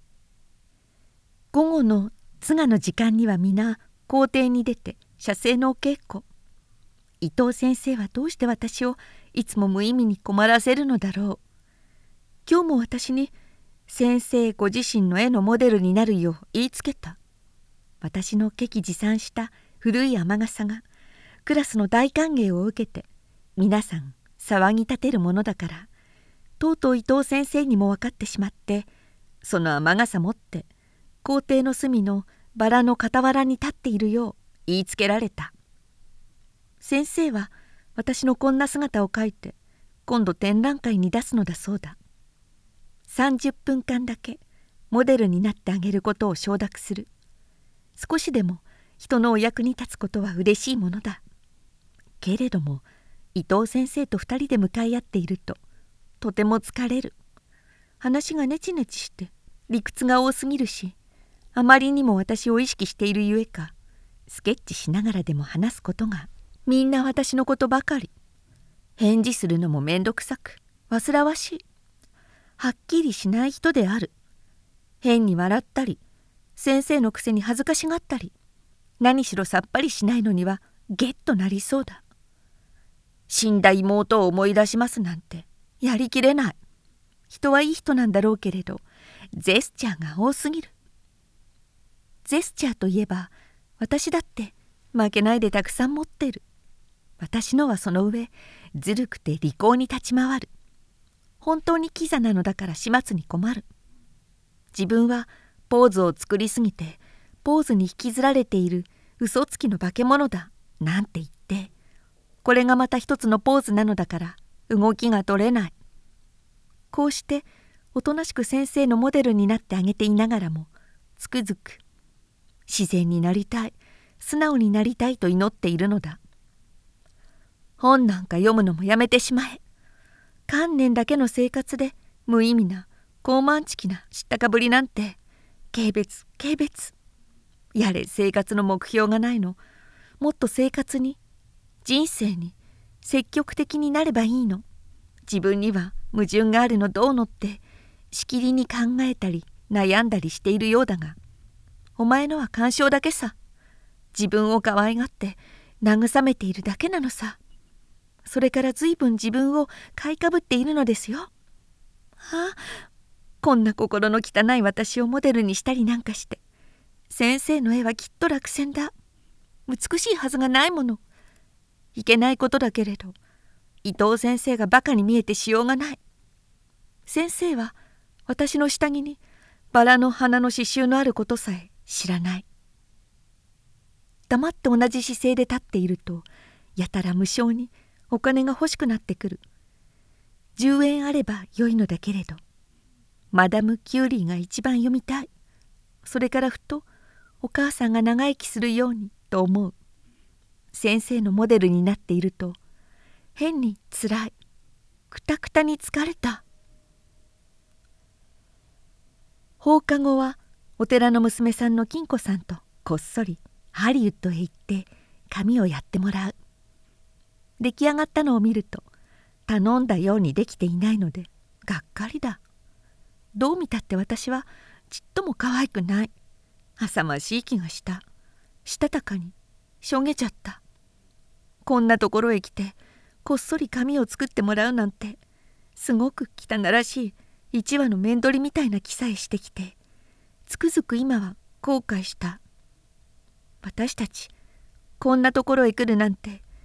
午後の津賀の時間には皆校庭に出て写生のお稽古。伊藤先生はどうして私をいつも無意味に困らせるのだろう。今日も私に先生ご自身の絵のモデルになるよう言いつけた。私のケキ持参した古い雨傘がクラスの大歓迎を受けて皆さん騒ぎ立てるものだから、とうとう伊藤先生にも分かってしまって、その雨傘持って校庭の隅のバラの傍らに立っているよう言いつけられた。先生は私のこんな姿を描いて今度展覧会に出すのだそうだ。30分間だけモデルになってあげることを承諾する。少しでも人のお役に立つことは嬉しいものだ。けれども伊藤先生と2人で向かい合っているととても疲れる。話がネチネチして理屈が多すぎるし、あまりにも私を意識しているゆえか、スケッチしながらでも話すことがみんな私のことばかり。返事するのもめんどくさく煩わしい。はっきりしない人である。変に笑ったり、先生のくせに恥ずかしがったり、何しろさっぱりしないのにはゲッとなりそうだ。死んだ妹を思い出しますなんてやりきれない。人はいい人なんだろうけれど、ゼスチャーが多すぎる。ゼスチャーといえば私だって負けないでたくさん持ってる。私のはその上ずるくて利口に立ち回る。本当にキザなのだから始末に困る。自分はポーズを作りすぎてポーズに引きずられている嘘つきの化け物だなんて言って、これがまた一つのポーズなのだから動きが取れない。こうしておとなしく先生のモデルになってあげていながらも、つくづく自然になりたい、素直になりたいと祈っているのだ。本なんか読むのもやめてしまえ。観念だけの生活で無意味な高慢ちきな知ったかぶりなんて、軽蔑軽蔑。やれ生活の目標がないの。もっと生活に、人生に積極的になればいいの。自分には矛盾があるのどうのってしきりに考えたり悩んだりしているようだが、お前のは感傷だけさ。自分を可愛がって慰めているだけなのさ。それから随分自分を買いかぶっているのですよ。あ、こんな心の汚い私をモデルにしたりなんかして、先生の絵はきっと落選だ。美しいはずがないもの。いけないことだけれど、伊藤先生がバカに見えてしようがない。先生は私の下着にバラの花の刺繍のあることさえ知らない。黙って同じ姿勢で立っていると、やたら無性にお金が欲しくなってくる。10円あればよいのだけれど、マダム・キューリーが一番読みたい。それからふとお母さんが長生きするようにと思う。先生のモデルになっていると変につらい。くたくたに疲れた。放課後はお寺の娘さんの金子さんとこっそりハリウッドへ行って髪をやってもらう。出来上がったのを見ると頼んだようにできていないのでがっかりだ。どう見たって私はちっとも可愛くない。浅ましい気がした。したたかにしょげちゃった。こんなところへ来てこっそり髪を作ってもらうなんて、すごく汚らしい一羽の面取りみたいな気さえしてきて、つくづく今は後悔した。私たちこんなところへ来るなんて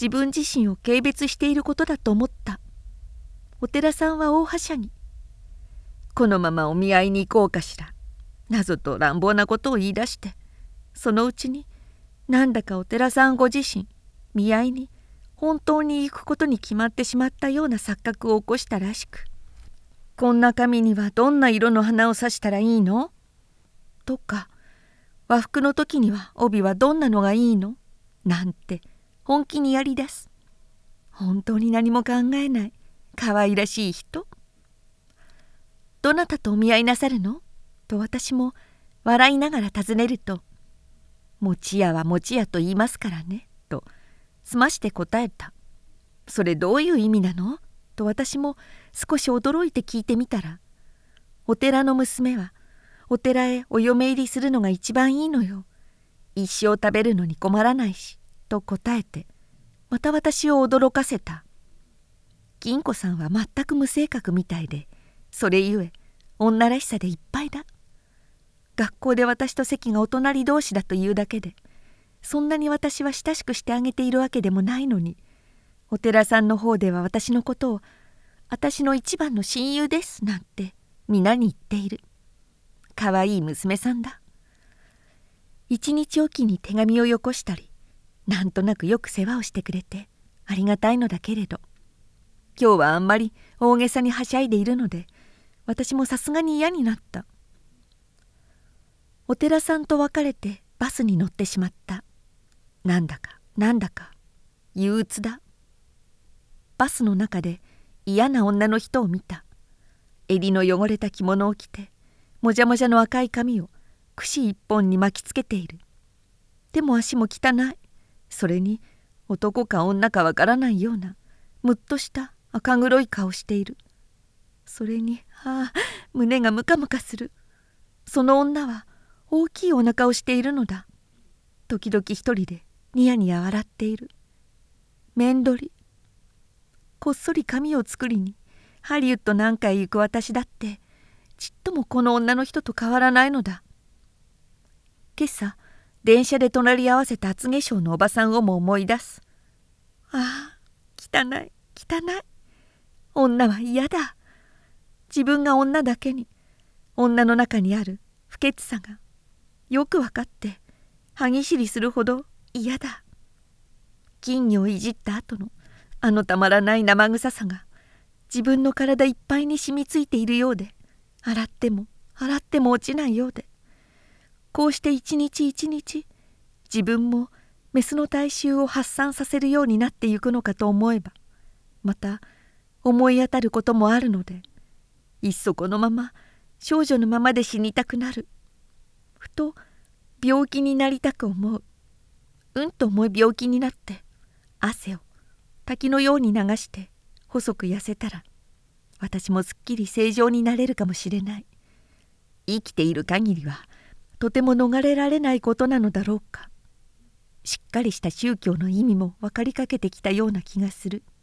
自分自身を軽蔑していることだと思った。お寺さんは大はしゃぎ、このままお見合いに行こうかしら、なぞと乱暴なことを言い出して、そのうちになんだかお寺さんご自身、見合いに本当に行くことに決まってしまったような錯覚を起こしたらしく、こんな紙にはどんな色の花を刺したらいいのとか、和服の時には帯はどんなのがいいのなんて本気にやり出す。本当に何も考えない可愛らしい人。どなたとお見合いなさるのと私も笑いながら尋ねると、餅屋は餅屋と言いますからねとすまして答えた。それどういう意味なのと私も少し驚いて聞いてみたら、お寺の娘はお寺へお嫁入りするのが一番いいのよ。一生食べるのに困らないしと答えて、また私を驚かせた。銀子さんは全く無性格みたいで、それゆえ女らしさでいっぱいだ。学校で私と席がお隣同士だというだけで、そんなに私は親しくしてあげているわけでもないのに、お寺さんの方では私のことを私の一番の親友ですなんて皆に言っている。かわいい娘さんだ。一日おきに手紙をよこしたり、なんとなくよく世話をしてくれてありがたいのだけれど、今日はあんまり大げさにはしゃいでいるので、私もさすがに嫌になった。お寺さんと別れてバスに乗ってしまった。なんだか憂鬱だ。バスの中で嫌な女の人を見た。襟の汚れた着物を着て、もじゃもじゃの赤い髪を櫛一本に巻きつけている。手も足も汚い。それに男か女かわからないようなむっとした赤黒い顔している。それに胸がムカムカする。その女は大きいお腹をしているのだ。時々一人でニヤニヤ笑っている。面取り。こっそり髪を作りにハリウッドなんかへ行く私だってちっともこの女の人と変わらないのだ。今朝電車で隣り合わせた厚化粧のおばさんをも思い出す。汚い。女は嫌だ。自分が女だけに女の中にある不潔さがよく分かって歯ぎしりするほど嫌だ。金魚をいじった後のたまらない生臭さが自分の体いっぱいに染みついているようで、洗っても落ちないようで、こうして一日一日自分もメスの体臭を発散させるようになってゆくのかと思えば、また思い当たることもあるので、いっそこのまま少女のままで死にたくなる。ふと病気になりたく思う。と重い病気になって汗を滝のように流して細く痩せたら、私もすっきり正常になれるかもしれない。生きている限りはとても逃れられないことなのだろうか。しっかりした宗教の意味も分かりかけてきたような気がする。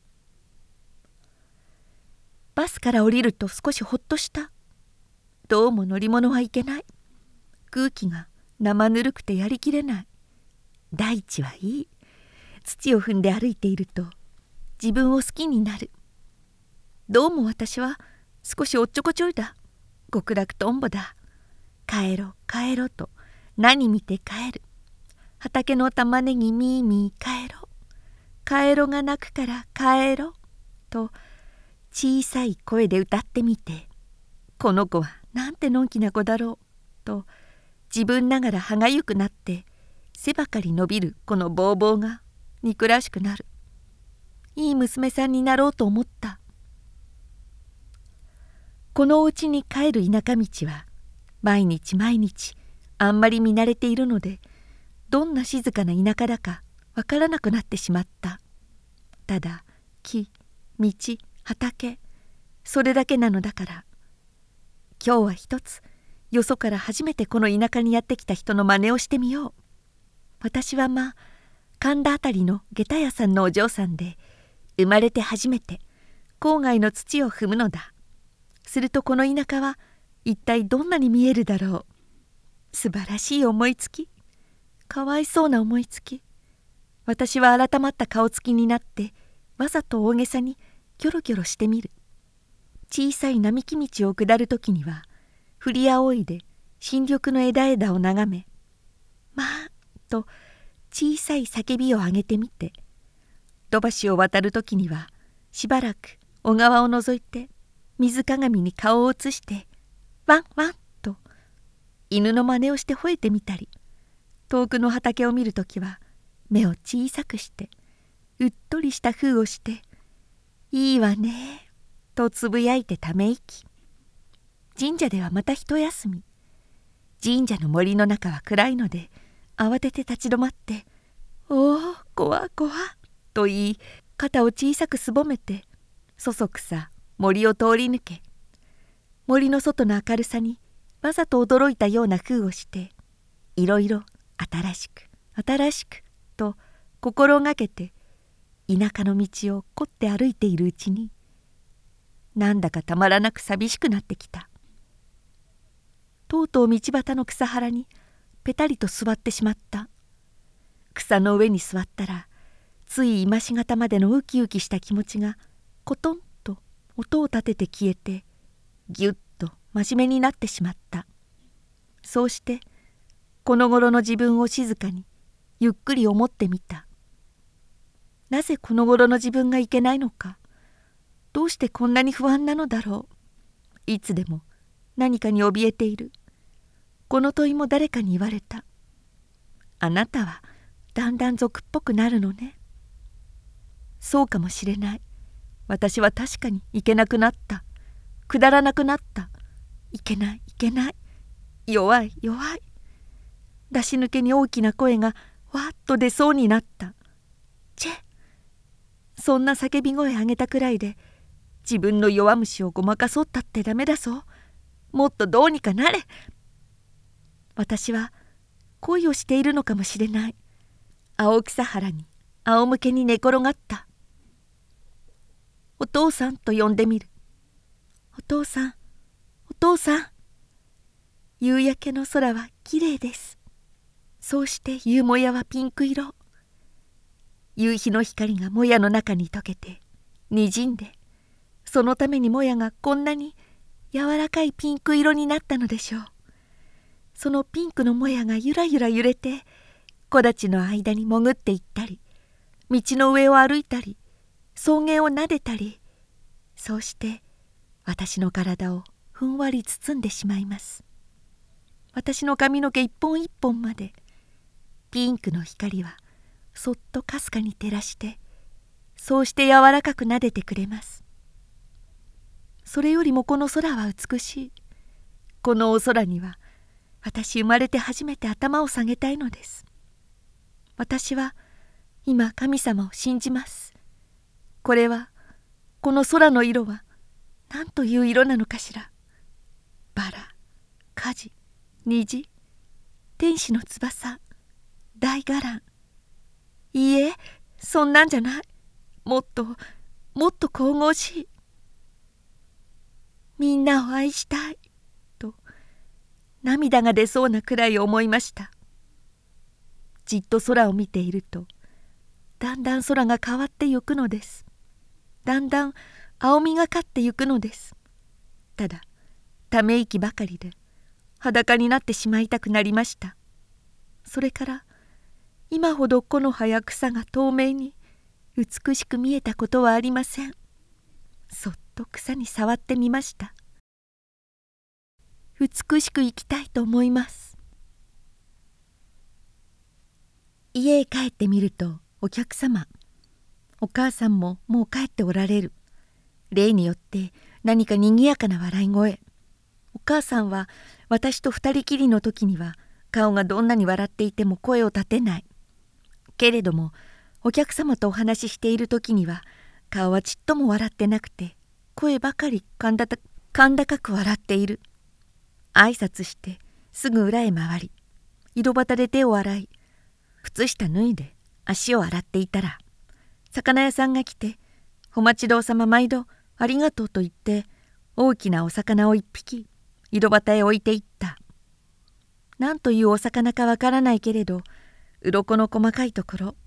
バスから降りると少しほっとした。どうも乗り物はいけない。空気が生ぬるくてやりきれない。大地はいい。土を踏んで歩いていると自分を好きになる。どうも私は少しおっちょこちょいだ。極楽とんぼだ。帰ろうと何見て帰る。畑の玉ねぎみーみー帰ろが鳴くから帰ろと小さい声で歌ってみて、この子はなんてのんきな子だろうと自分ながら歯がゆくなって、背ばかり伸びるこのボーボーが憎らしくなる。いい娘さんになろうと思った。このお家に帰る田舎道は毎日あんまり見慣れているので、どんな静かな田舎だかわからなくなってしまった。ただ木、道、畑、それだけなのだから、今日は一つよそから初めてこの田舎にやってきた人の真似をしてみよう。私は神田あたりの下駄屋さんのお嬢さんで、生まれて初めて郊外の土を踏むのだ。するとこの田舎は一体どんなに見えるだろう。素晴らしい思いつき。かわいそうな思いつき。 私は改まった顔つきになってわざと大げさにキョロキョロしてみる。小さい並木道を下るときには振り仰いで新緑の枝々を眺め、まあと小さい叫びを上げてみて、土橋を渡るときにはしばらく小川を覗いて水鏡に顔を映してワンワンと犬の真似をして吠えてみたり、遠くの畑を見るときは目を小さくしてうっとりした風をして「いいわね」とつぶやいてため息。神社ではまた一休み。神社の森の中は暗いので慌てて立ち止まって「おおこわこわ」と言い、肩を小さくすぼめてそそくさ森を通り抜け、森の外の明るさにわざと驚いたような風をしていろいろ新しく新しくと心がけて田舎の道を凝って歩いているうちに、なんだかたまらなく寂しくなってきた。とうとう道端の草原にぺたりと座ってしまった。草の上に座ったらつい今しがたまでのウキウキした気持ちがコトンと音を立てて消えて、ぎゅっと真面目になってしまった。そうしてこの頃の自分を静かにゆっくり思ってみた。なぜこの頃の自分がいけないのか、どうしてこんなに不安なのだろう。いつでも何かに怯えている。この問いも誰かに言われた。あなたはだんだん俗っぽくなるのね。そうかもしれない。私は確かにいけなくなった。くだらなくなった。いけないいけない。弱い弱い。出し抜けに大きな声がわっと出そうになった。チェ。そんな叫び声上げたくらいで自分の弱虫をごまかそうったってダメだぞ。もっとどうにかなれ。私は恋をしているのかもしれない。青草原に仰向けに寝転がった。お父さんと呼んでみる。お父さん、お父さん。夕焼けの空はきれいです。そうして夕もやはピンク色。夕日の光がもやの中に溶けてにじんで、そのためにもやがこんなに柔らかいピンク色になったのでしょう。そのピンクのもやがゆらゆら揺れて木立の間に潜っていったり、道の上を歩いたり、草原をなでたり、そうして私の体をふんわり包んでしまいます。私の髪の毛一本一本までピンクの光はそっとかすかに照らして、そうして柔らかくなでてくれます。それよりもこの空は美しい。このお空には私生まれて初めて頭を下げたいのです。私は今神様を信じます。これは、この空の色は何という色なのかしら。バラ、カジ、虹、天使の翼、大伽藍。いいえ、そんなんじゃない。もっともっと神々しい。みんなを愛したいと涙が出そうなくらい思いました。じっと空を見ているとだんだん空が変わってゆくのです。だんだん青みがかってゆくのです。ただため息ばかりで裸になってしまいたくなりました。それから今ほど木の葉や草が透明に美しく見えたことはありません。そっと草に触ってみました。美しく生きたいと思います。家へ帰ってみるとお客様、お母さんももう帰っておられる。例によって何かにぎやかな笑い声。お母さんは私と二人きりの時には顔がどんなに笑っていても声を立てない。けれどもお客様とお話ししている時には顔はちっとも笑ってなくて、声ばかり甲高く笑っている。挨拶してすぐ裏へ回り、井戸端で手を洗い、靴下脱いで足を洗っていたら、魚屋さんが来て「お待ちどうさま、毎度ありがとう」と言って大きなお魚を一匹井戸端へ置いていった。何というお魚かわからないけれど、鱗の細かいところ、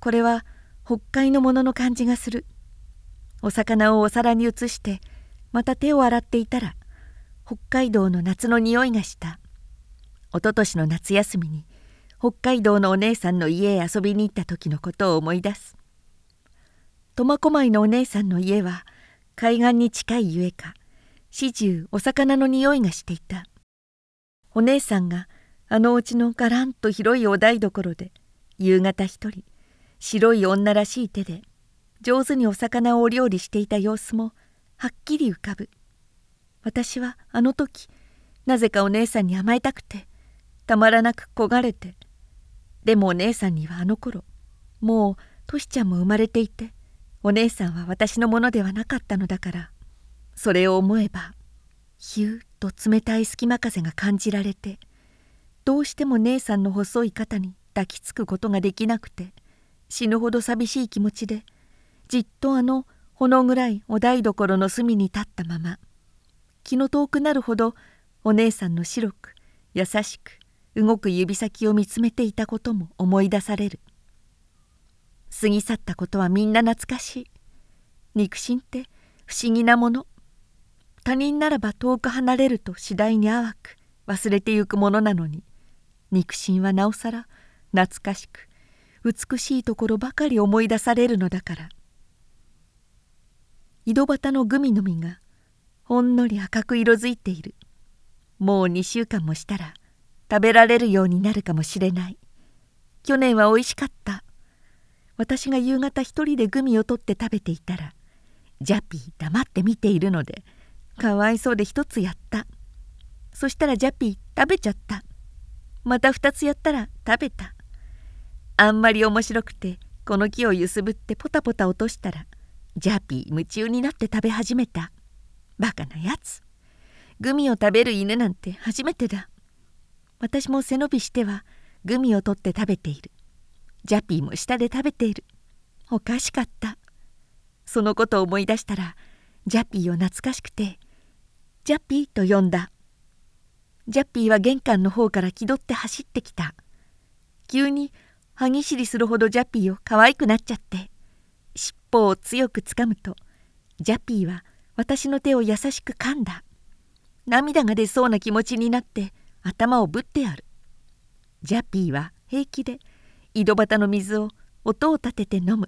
これは北海のものの感じがする。お魚をお皿に移してまた手を洗っていたら北海道の夏の匂いがした。おととしの夏休みに北海道のお姉さんの家へ遊びに行った時のことを思い出す。苫小牧のお姉さんの家は海岸に近いゆえか、始終お魚の匂いがしていた。お姉さんがあのうちのガランと広いお台所で夕方一人白い女らしい手で上手にお魚をお料理していた様子もはっきり浮かぶ。私はあの時なぜかお姉さんに甘えたくてたまらなく焦がれて、でもお姉さんにはあの頃もうトシちゃんも生まれていて、お姉さんは私のものではなかったのだから、それを思えばヒューッと冷たい隙間風が感じられて、どうしても姉さんの細い肩に抱きつくことができなくて、死ぬほど寂しい気持ちでじっとあのほの暗いお台所の隅に立ったまま、気の遠くなるほどお姉さんの白く優しく動く指先を見つめていたことも思い出される。過ぎ去ったことはみんな懐かしい。肉親って不思議なもの。他人ならば遠く離れると次第に淡く忘れてゆくものなのに、肉親はなおさら懐かしく美しいところばかり思い出されるのだから。井戸端のグミの実がほんのり赤く色づいている。もう2週間もしたら食べられるようになるかもしれない。去年はおいしかった。私が夕方一人でグミを取って食べていたら、ジャピー黙って見ているので、かわいそうで一つやった。そしたらジャピー食べちゃった。また2つやったら食べた。あんまり面白くてこの木を揺すぶってポタポタ落としたら、ジャピー夢中になって食べ始めた。バカなやつ。グミを食べる犬なんて初めてだ。私も背伸びしてはグミを取って食べている。ジャピーも下で食べている。おかしかった。そのことを思い出したら、ジャピーを懐かしくて、ジャピーと呼んだ。ジャピーは玄関の方から気取って走ってきた。急に歯ぎしりするほどジャピーを可愛くなっちゃって、尻尾を強くつかむと、ジャピーは私の手を優しく噛んだ。涙が出そうな気持ちになって頭をぶってやる。ジャピーは平気で井戸端の水を音を立てて飲む。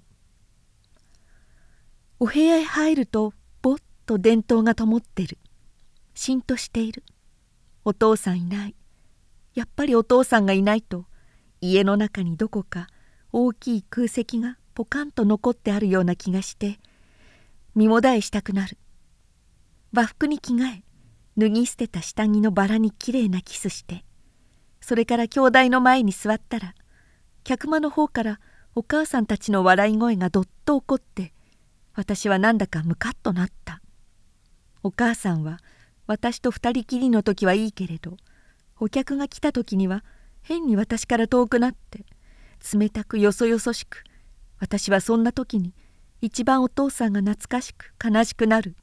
お部屋へ入るとぼっと電灯が灯ってる。しんとしている。お父さんいない。やっぱりお父さんがいないと、家の中にどこか大きい空席がポカンと残ってあるような気がして、身もだえしたくなる。和服に着替え、脱ぎ捨てた下着のバラにきれいなキスして、それから兄弟の前に座ったら、客間の方からお母さんたちの笑い声がどっと起こって、私はなんだかムカッとなった。お母さんは私と二人きりの時はいいけれど、お客が来た時には変に私から遠くなって冷たくよそよそしく、私はそんな時に一番お父さんが懐かしく悲しくなる。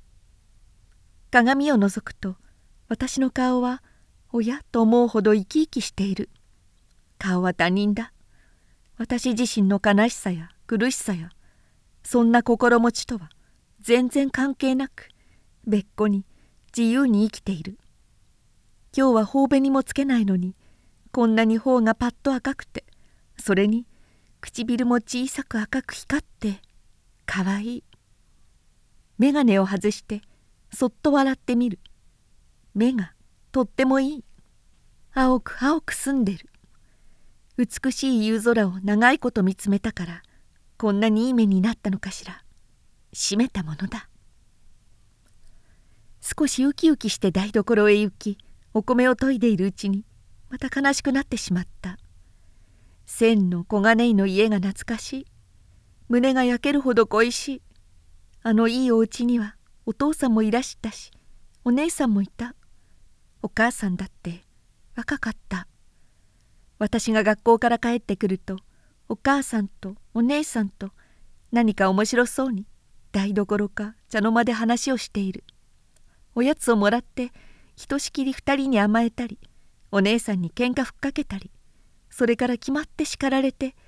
鏡を覗くと私の顔は親と思うほど生き生きしている。顔は他人だ。私自身の悲しさや苦しさやそんな心持ちとは全然関係なく別個に自由に生きている。今日は頬紅もつけないのにこんなに頬がパッと赤くて、それに唇も小さく赤く光ってかわいい。眼鏡を外してそっと笑ってみる。目がとってもいい。青く青く澄んでる。美しい夕空を長いこと見つめたからこんなにいい目になったのかしら。閉めたものだ。少しウキウキして台所へ行き、お米を研いでいるうちにまた悲しくなってしまった。千の小金井の家が懐かしい。胸が焼けるほど恋しい。あのいいお家にはお父さんもいらしたし、お姉さんもいた。お母さんだって若かった。私が学校から帰ってくると、お母さんとお姉さんと何か面白そうに台所か茶の間で話をしている。おやつをもらってひとしきり2人に甘えたり、お姉さんに喧嘩ふっかけたり、それから決まって叱られて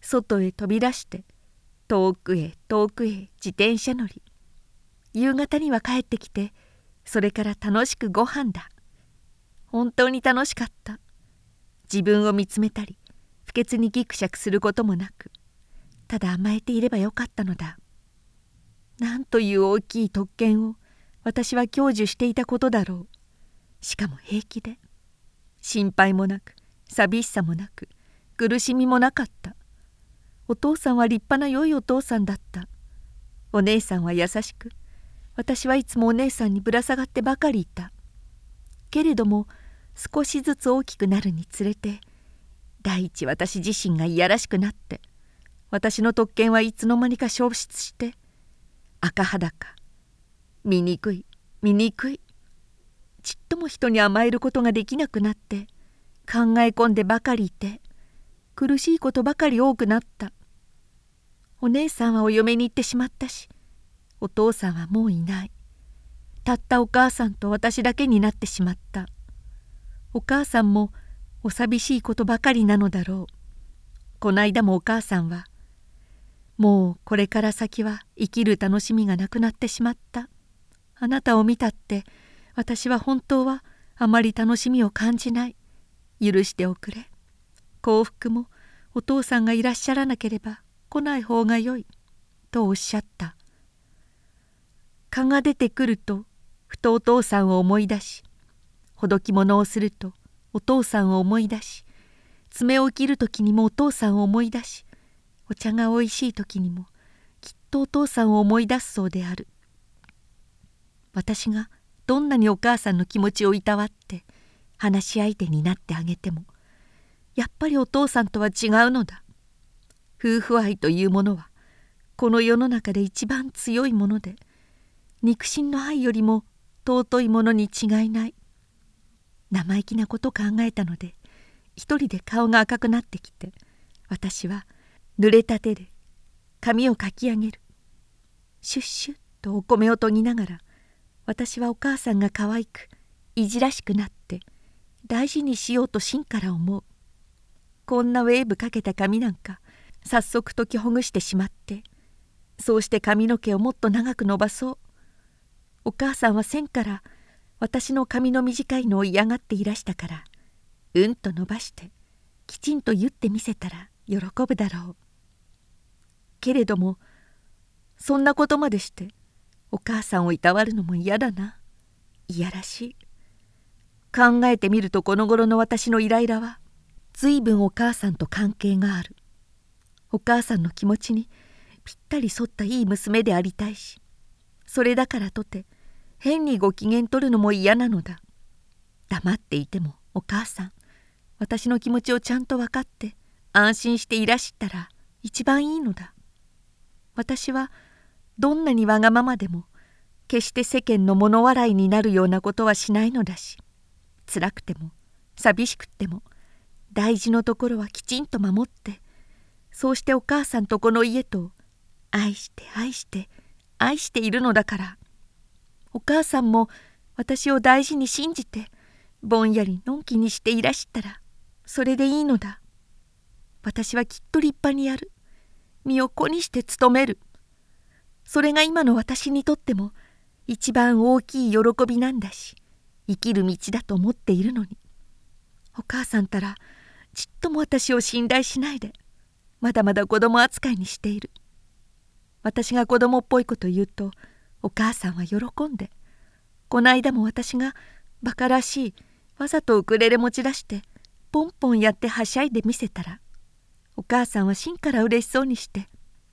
外へ飛び出して遠くへ遠くへ自転車乗り、夕方には帰ってきて、それから楽しくご飯だ。本当に楽しかった。自分を見つめたり不潔にギクシャクすることもなく、ただ甘えていればよかったのだ。なんという大きい特権を私は享受していたことだろう。しかも平気で、心配もなく寂しさもなく苦しみもなかった。お父さんは立派な良いお父さんだった。お姉さんは優しく、私はいつもお姉さんにぶら下がってばかりいた。けれども少しずつ大きくなるにつれて、第一私自身がいやらしくなって、私の特権はいつの間にか消失して、赤裸、醜い醜い、ちっとも人に甘えることができなくなって、考え込んでばかりいて、苦しいことばかり多くなった。お姉さんはお嫁に行ってしまったし、お父さんはもういない。たったお母さんと私だけになってしまった。お母さんもお寂しいことばかりなのだろう。こないだもお母さんは、もうこれから先は生きる楽しみがなくなってしまった。あなたを見たって私は本当はあまり楽しみを感じない。許しておくれ。幸福もお父さんがいらっしゃらなければ来ない方がよい。とおっしゃった。蚊が出てくるとふとお父さんを思い出し、ほどき物をするとお父さんを思い出し、爪を切る時にもお父さんを思い出し、お茶がおいしい時にもきっとお父さんを思い出すそうである。私がどんなにお母さんの気持ちをいたわって話し相手になってあげても、やっぱりお父さんとは違うのだ。夫婦愛というものはこの世の中で一番強いもので、肉親の愛よりも尊いものに違いない。生意気なことを考えたので、一人で顔が赤くなってきて、私は濡れた手で髪をかき上げる。シュッシュッとお米を研ぎながら、私はお母さんが可愛くいじらしくなって大事にしようと心から思う。こんなウェーブかけた髪なんか早速解きほぐしてしまって、そうして髪の毛をもっと長く伸ばそう。お母さんは線から私の髪の短いのを嫌がっていらしたから、うんと伸ばしてきちんと言ってみせたら喜ぶだろう。けれどもそんなことまでしてお母さんをいたわるのも嫌だな。いやらしい。考えてみるとこの頃の私のイライラはずいぶんお母さんと関係がある。お母さんの気持ちにぴったり沿ったいい娘でありたいし、それだからとて変にご機嫌取るのも嫌なのだ。黙っていてもお母さん、私の気持ちをちゃんと分かって安心していらしたら一番いいのだ。私はどんなにわがままでも決して世間の物笑いになるようなことはしないのだし、辛くても寂しくっても大事のところはきちんと守って、そうしてお母さんとこの家と愛して愛して愛しているのだから、お母さんも私を大事に信じてぼんやりのんきにしていらしたらそれでいいのだ。私はきっと立派にやる。身を粉にして務める。それが今の私にとっても一番大きい喜びなんだし、生きる道だと思っているのに、お母さんたらちっとも私を信頼しないで、まだまだ子供扱いにしている。私が子供っぽいこと言うとお母さんは喜んで、こないだも私がバカらしいわざとウクレレ持ち出してポンポンやってはしゃいでみせたら、お母さんは芯から嬉しそうにして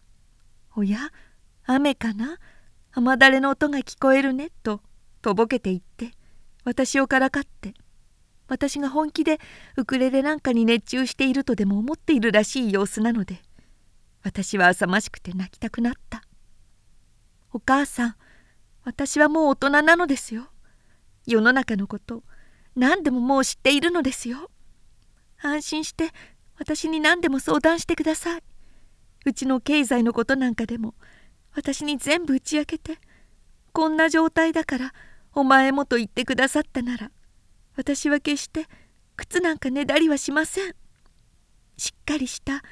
「おや、雨かな、雨だれの音が聞こえるね」ととぼけて言って私をからかって、私が本気でウクレレなんかに熱中しているとでも思っているらしい様子なので、私は浅ましくて泣きたくなった。お母さん、私はもう大人なのですよ。世の中のこと何でももう知っているのですよ。安心して私に何でも相談してください。うちの経済のことなんかでも私に全部打ち明けて、こんな状態だからお前もと言ってくださったなら、私は決して靴なんかねだりはしません。しっかりした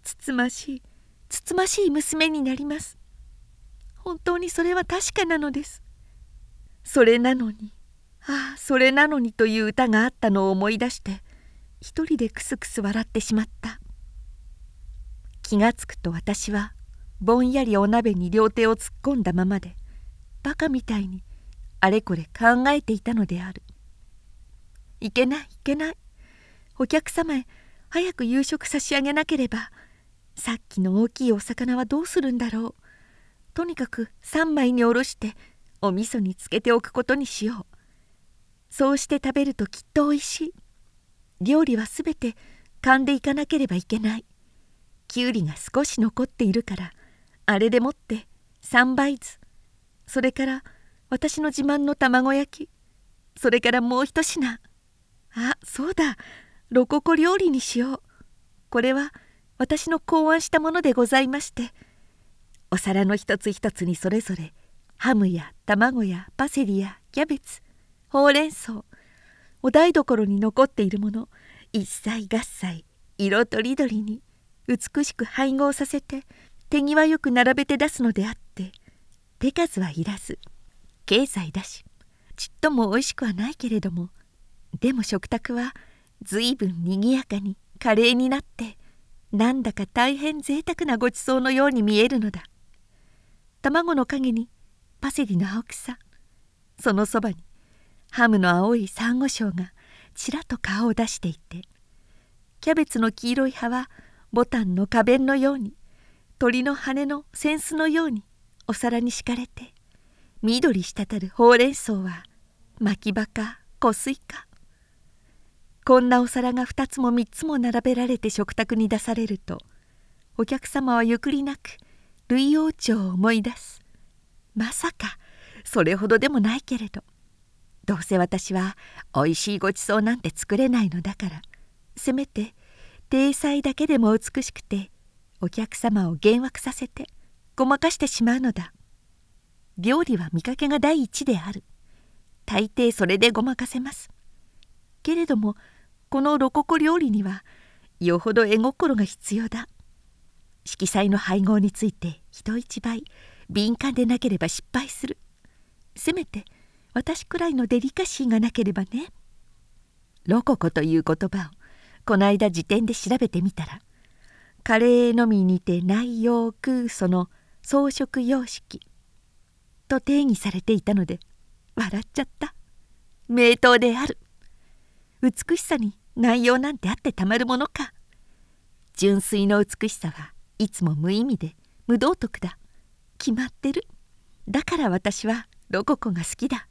つつましいつつましい娘になります。本当にそれは確かなのです。それなのに、ああそれなのにという歌があったのを思い出して一人でクスクス笑ってしまった。気がつくと私はぼんやりお鍋に両手を突っ込んだままでバカみたいにあれこれ考えていたのである。いけないいけない、お客様へ早く夕食差し上げなければ。さっきの大きいお魚はどうするんだろう。とにかく3枚におろしてお味噌につけておくことにしよう。そうして食べるときっとおいしい。料理はすべて噛んでいかなければいけない。きゅうりが少し残っているからあれでもって3杯酢、それから私の自慢の卵焼き、それからもう一品。あ、そうだ、ロココ料理にしよう。これは私の考案したものでございまして、お皿の一つ一つにそれぞれハムや卵やパセリやキャベツ、ほうれん草、お台所に残っているもの一切合切色とりどりに美しく配合させて手際よく並べて出すのであって、手数はいらず経済だしちっともおいしくはないけれども、でも食卓はずいぶんにぎやかに華麗になってなんだか大変贅沢なごちそうのように見えるのだ。卵の陰にパセリの青草、そのそばにハムの青いサンゴ礁がちらっと顔を出していて、キャベツの黄色い葉はボタンの花弁のように、鳥の羽の扇子のようにお皿に敷かれて、緑滴るほうれん草は巻き葉か湖水か。こんなお皿が2つも3つも並べられて食卓に出されると、お客様はゆくりなく類王朝を思い出す。まさかそれほどでもないけれど、どうせ私はおいしいごちそうなんて作れないのだから、せめて体裁だけでも美しくてお客様を幻惑させてごまかしてしまうのだ。料理は見かけが第一である。大抵それでごまかせます。けれどもこのロココ料理にはよほど絵心が必要だ。色彩の配合について人一倍敏感でなければ失敗する。せめて私くらいのデリカシーがなければね。ロココという言葉をこの間辞典で調べてみたら、カレーのみにて内容空その装飾様式と定義されていたので笑っちゃった。名刀である。美しさに内容なんてあってたまるものか。純粋の美しさはいつも無意味で無道徳だ。決まってる。だから私はロココが好きだ。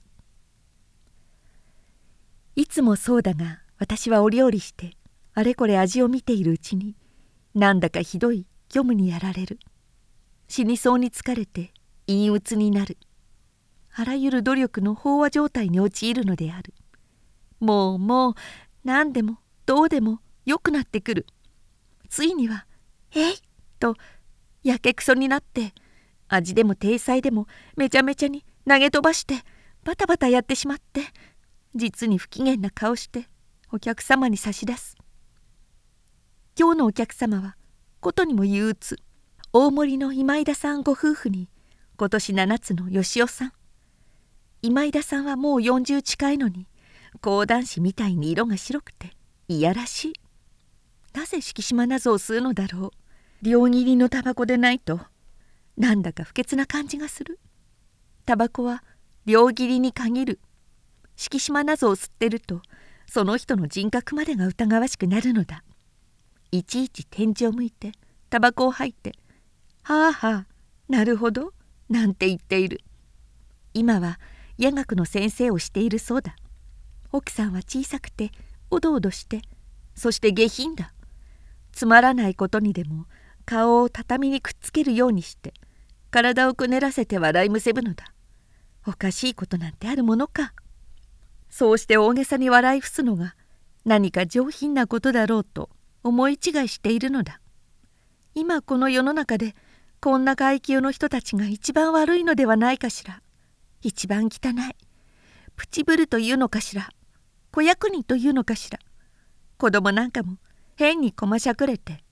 いつもそうだが、私はお料理してあれこれ味を見ているうちになんだかひどい虚無にやられる。死にそうに疲れて陰鬱になる。あらゆる努力の飽和状態に陥るのである。もう何でもどうでもよくなってくる。ついには「えい!」とやけくそになって、味でも体裁でもめちゃめちゃに投げ飛ばしてバタバタやってしまって、実に不機嫌な顔してお客様に差し出す。今日のお客様はことにも憂鬱、大森の今井田さんご夫婦に今年7つの吉尾さん。今井田さんはもう40近いのに講談師みたいに色が白くていやらしい。なぜ敷島なぞを吸うのだろう。両切りのタバコでないとなんだか不潔な感じがする。タバコは両切りに限る。敷島なぞを吸ってるとその人の人格までが疑わしくなるのだ。いちいち天井を向いてタバコを吐いて「はあはあなるほど」なんて言っている。今は夜学の先生をしているそうだ。奥さんは小さくておどおどして、そして下品だ。つまらないことにでも顔を畳にくっつけるようにして体をくねらせて笑いむせぶのだ。おかしいことなんてあるものか。そうして大げさに笑い伏すのが何か上品なことだろうと思い違いしているのだ。今この世の中でこんな階級の人たちが一番悪いのではないかしら。一番汚い。プチブルというのかしら。小役人というのかしら。子供なんかも変にこましゃくれて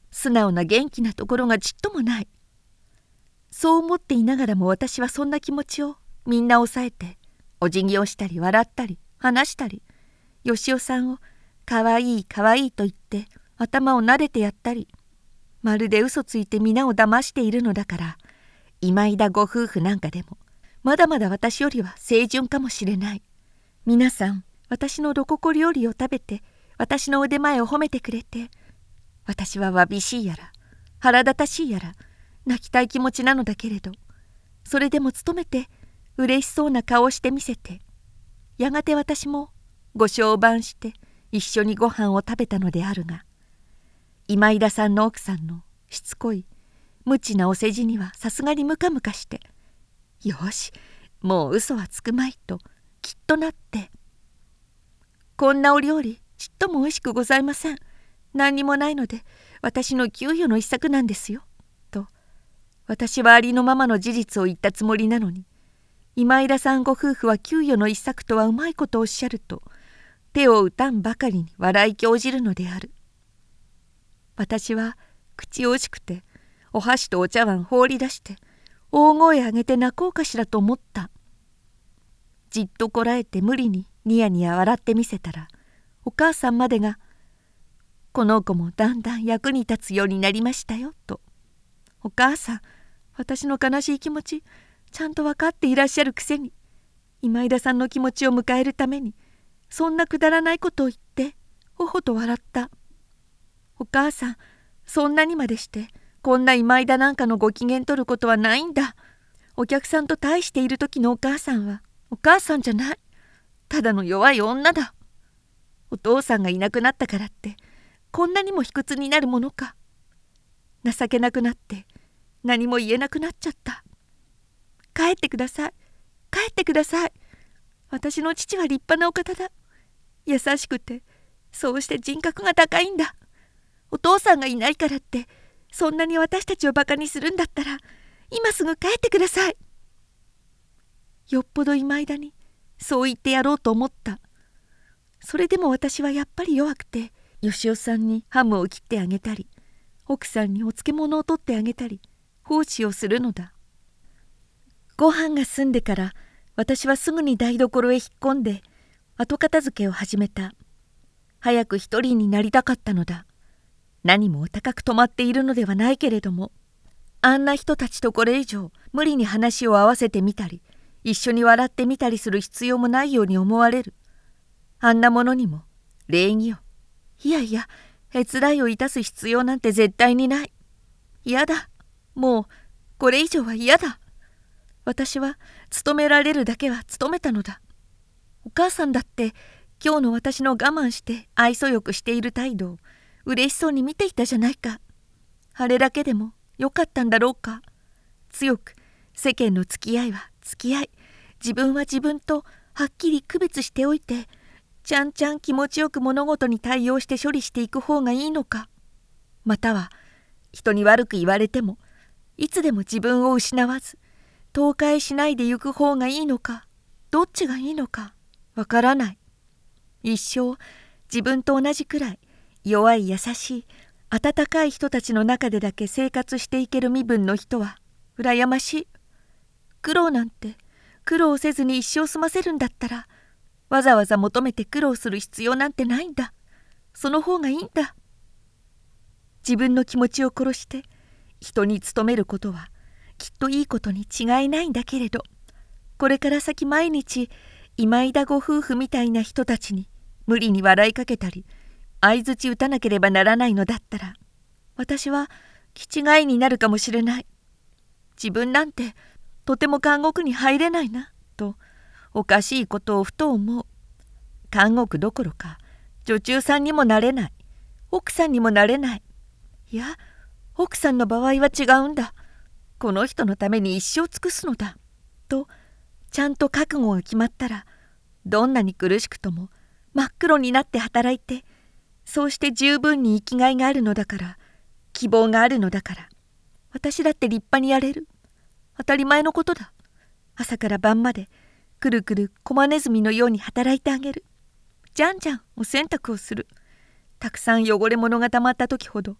素直な元気なところがちっともない。そう思っていながらも私はそんな気持ちをみんな抑えて、お辞儀をしたり笑ったり話したり、よしおさんをかわいいかわいいと言って頭を撫でてやったり、まるで嘘ついて皆を騙しているのだから、今井田ご夫婦なんかでもまだまだ私よりは清純かもしれない。皆さん私のロココ料理を食べて私の腕前を褒めてくれて、私はわびしいやら腹立たしいやら泣きたい気持ちなのだけれど、それでも努めて嬉しそうな顔をしてみせて、やがて私もご相伴して一緒にご飯を食べたのであるが、今井田さんの奥さんのしつこい無知なお世辞にはさすがにムカムカして、よしもう嘘はつくまいときっとなって、こんなお料理ちっともおいしくございません。何にもないので私の給与の一策なんですよ。と私はありのままの事実を言ったつもりなのに、今井田さんご夫婦は給与の一策とはうまいことおっしゃると、手を打たんばかりに笑い興じるのである。私は口惜しくてお箸とお茶碗放り出して大声上げて泣こうかしらと思った。じっとこらえて無理にニヤニヤ笑ってみせたら、お母さんまでが「この子もだんだん役に立つようになりましたよ」と。お母さん、私の悲しい気持ちちゃんと分かっていらっしゃるくせに、今井田さんの気持ちを迎えるためにそんなくだらないことを言ってほほと笑った。お母さん、そんなにまでしてこんな今井田なんかのご機嫌取ることはないんだ。お客さんと対している時のお母さんはお母さんじゃない。ただの弱い女だ。お父さんがいなくなったからってこんなにも卑屈になるものか。情けなくなって何も言えなくなっちゃった。帰ってください。帰ってください。私の父は立派なお方だ。優しくてそうして人格が高いんだ。お父さんがいないからってそんなに私たちをバカにするんだったら今すぐ帰ってください。よっぽど今井田にそう言ってやろうと思った。それでも私はやっぱり弱くて、よしおさんにハムを切ってあげたり、奥さんにお漬物を取ってあげたり奉仕をするのだ。ご飯が済んでから私はすぐに台所へ引っ込んで後片付けを始めた。早く一人になりたかったのだ。何もお高く止まっているのではないけれども、あんな人たちとこれ以上無理に話を合わせてみたり一緒に笑ってみたりする必要もないように思われる。あんなものにも礼儀を、いやいやへつらいをいたす必要なんて絶対にない。嫌だ。もうこれ以上は嫌だ。私は勤められるだけは勤めたのだ。お母さんだって今日の私の我慢して愛想よくしている態度を嬉しそうに見ていたじゃないか。あれだけでもよかったんだろうか。強く世間の付き合いは付き合い、自分は自分とはっきり区別しておいて、ちゃんちゃん気持ちよく物事に対応して処理していく方がいいのか、または人に悪く言われてもいつでも自分を失わず倒壊しないでゆく方がいいのか、どっちがいいのかわからない。一生自分と同じくらい弱い優しい温かい人たちの中でだけ生活していける身分の人は羨ましい。苦労なんて苦労せずに一生済ませるんだったら、わざわざ求めて苦労する必要なんてないんだ。その方がいいんだ。自分の気持ちを殺して人に勤めることはきっといいことに違いないんだけれど、これから先毎日今井田ご夫婦みたいな人たちに無理に笑いかけたり相槌打たなければならないのだったら、私は気違いになるかもしれない。自分なんてとても監獄に入れないなとおかしいことをふと思う。監獄どころか女中さんにもなれない、奥さんにもなれない。いや奥さんの場合は違うんだ。この人のために一生尽くすのだとちゃんと覚悟が決まったら、どんなに苦しくとも真っ黒になって働いて、そうして十分に生きがいがあるのだから、希望があるのだから、私だって立派にやれる。当たり前のことだ。朝から晩までくるくるコマネズミのように働いてあげる。じゃんじゃんお洗濯をする。たくさん汚れ物がたまった時ほど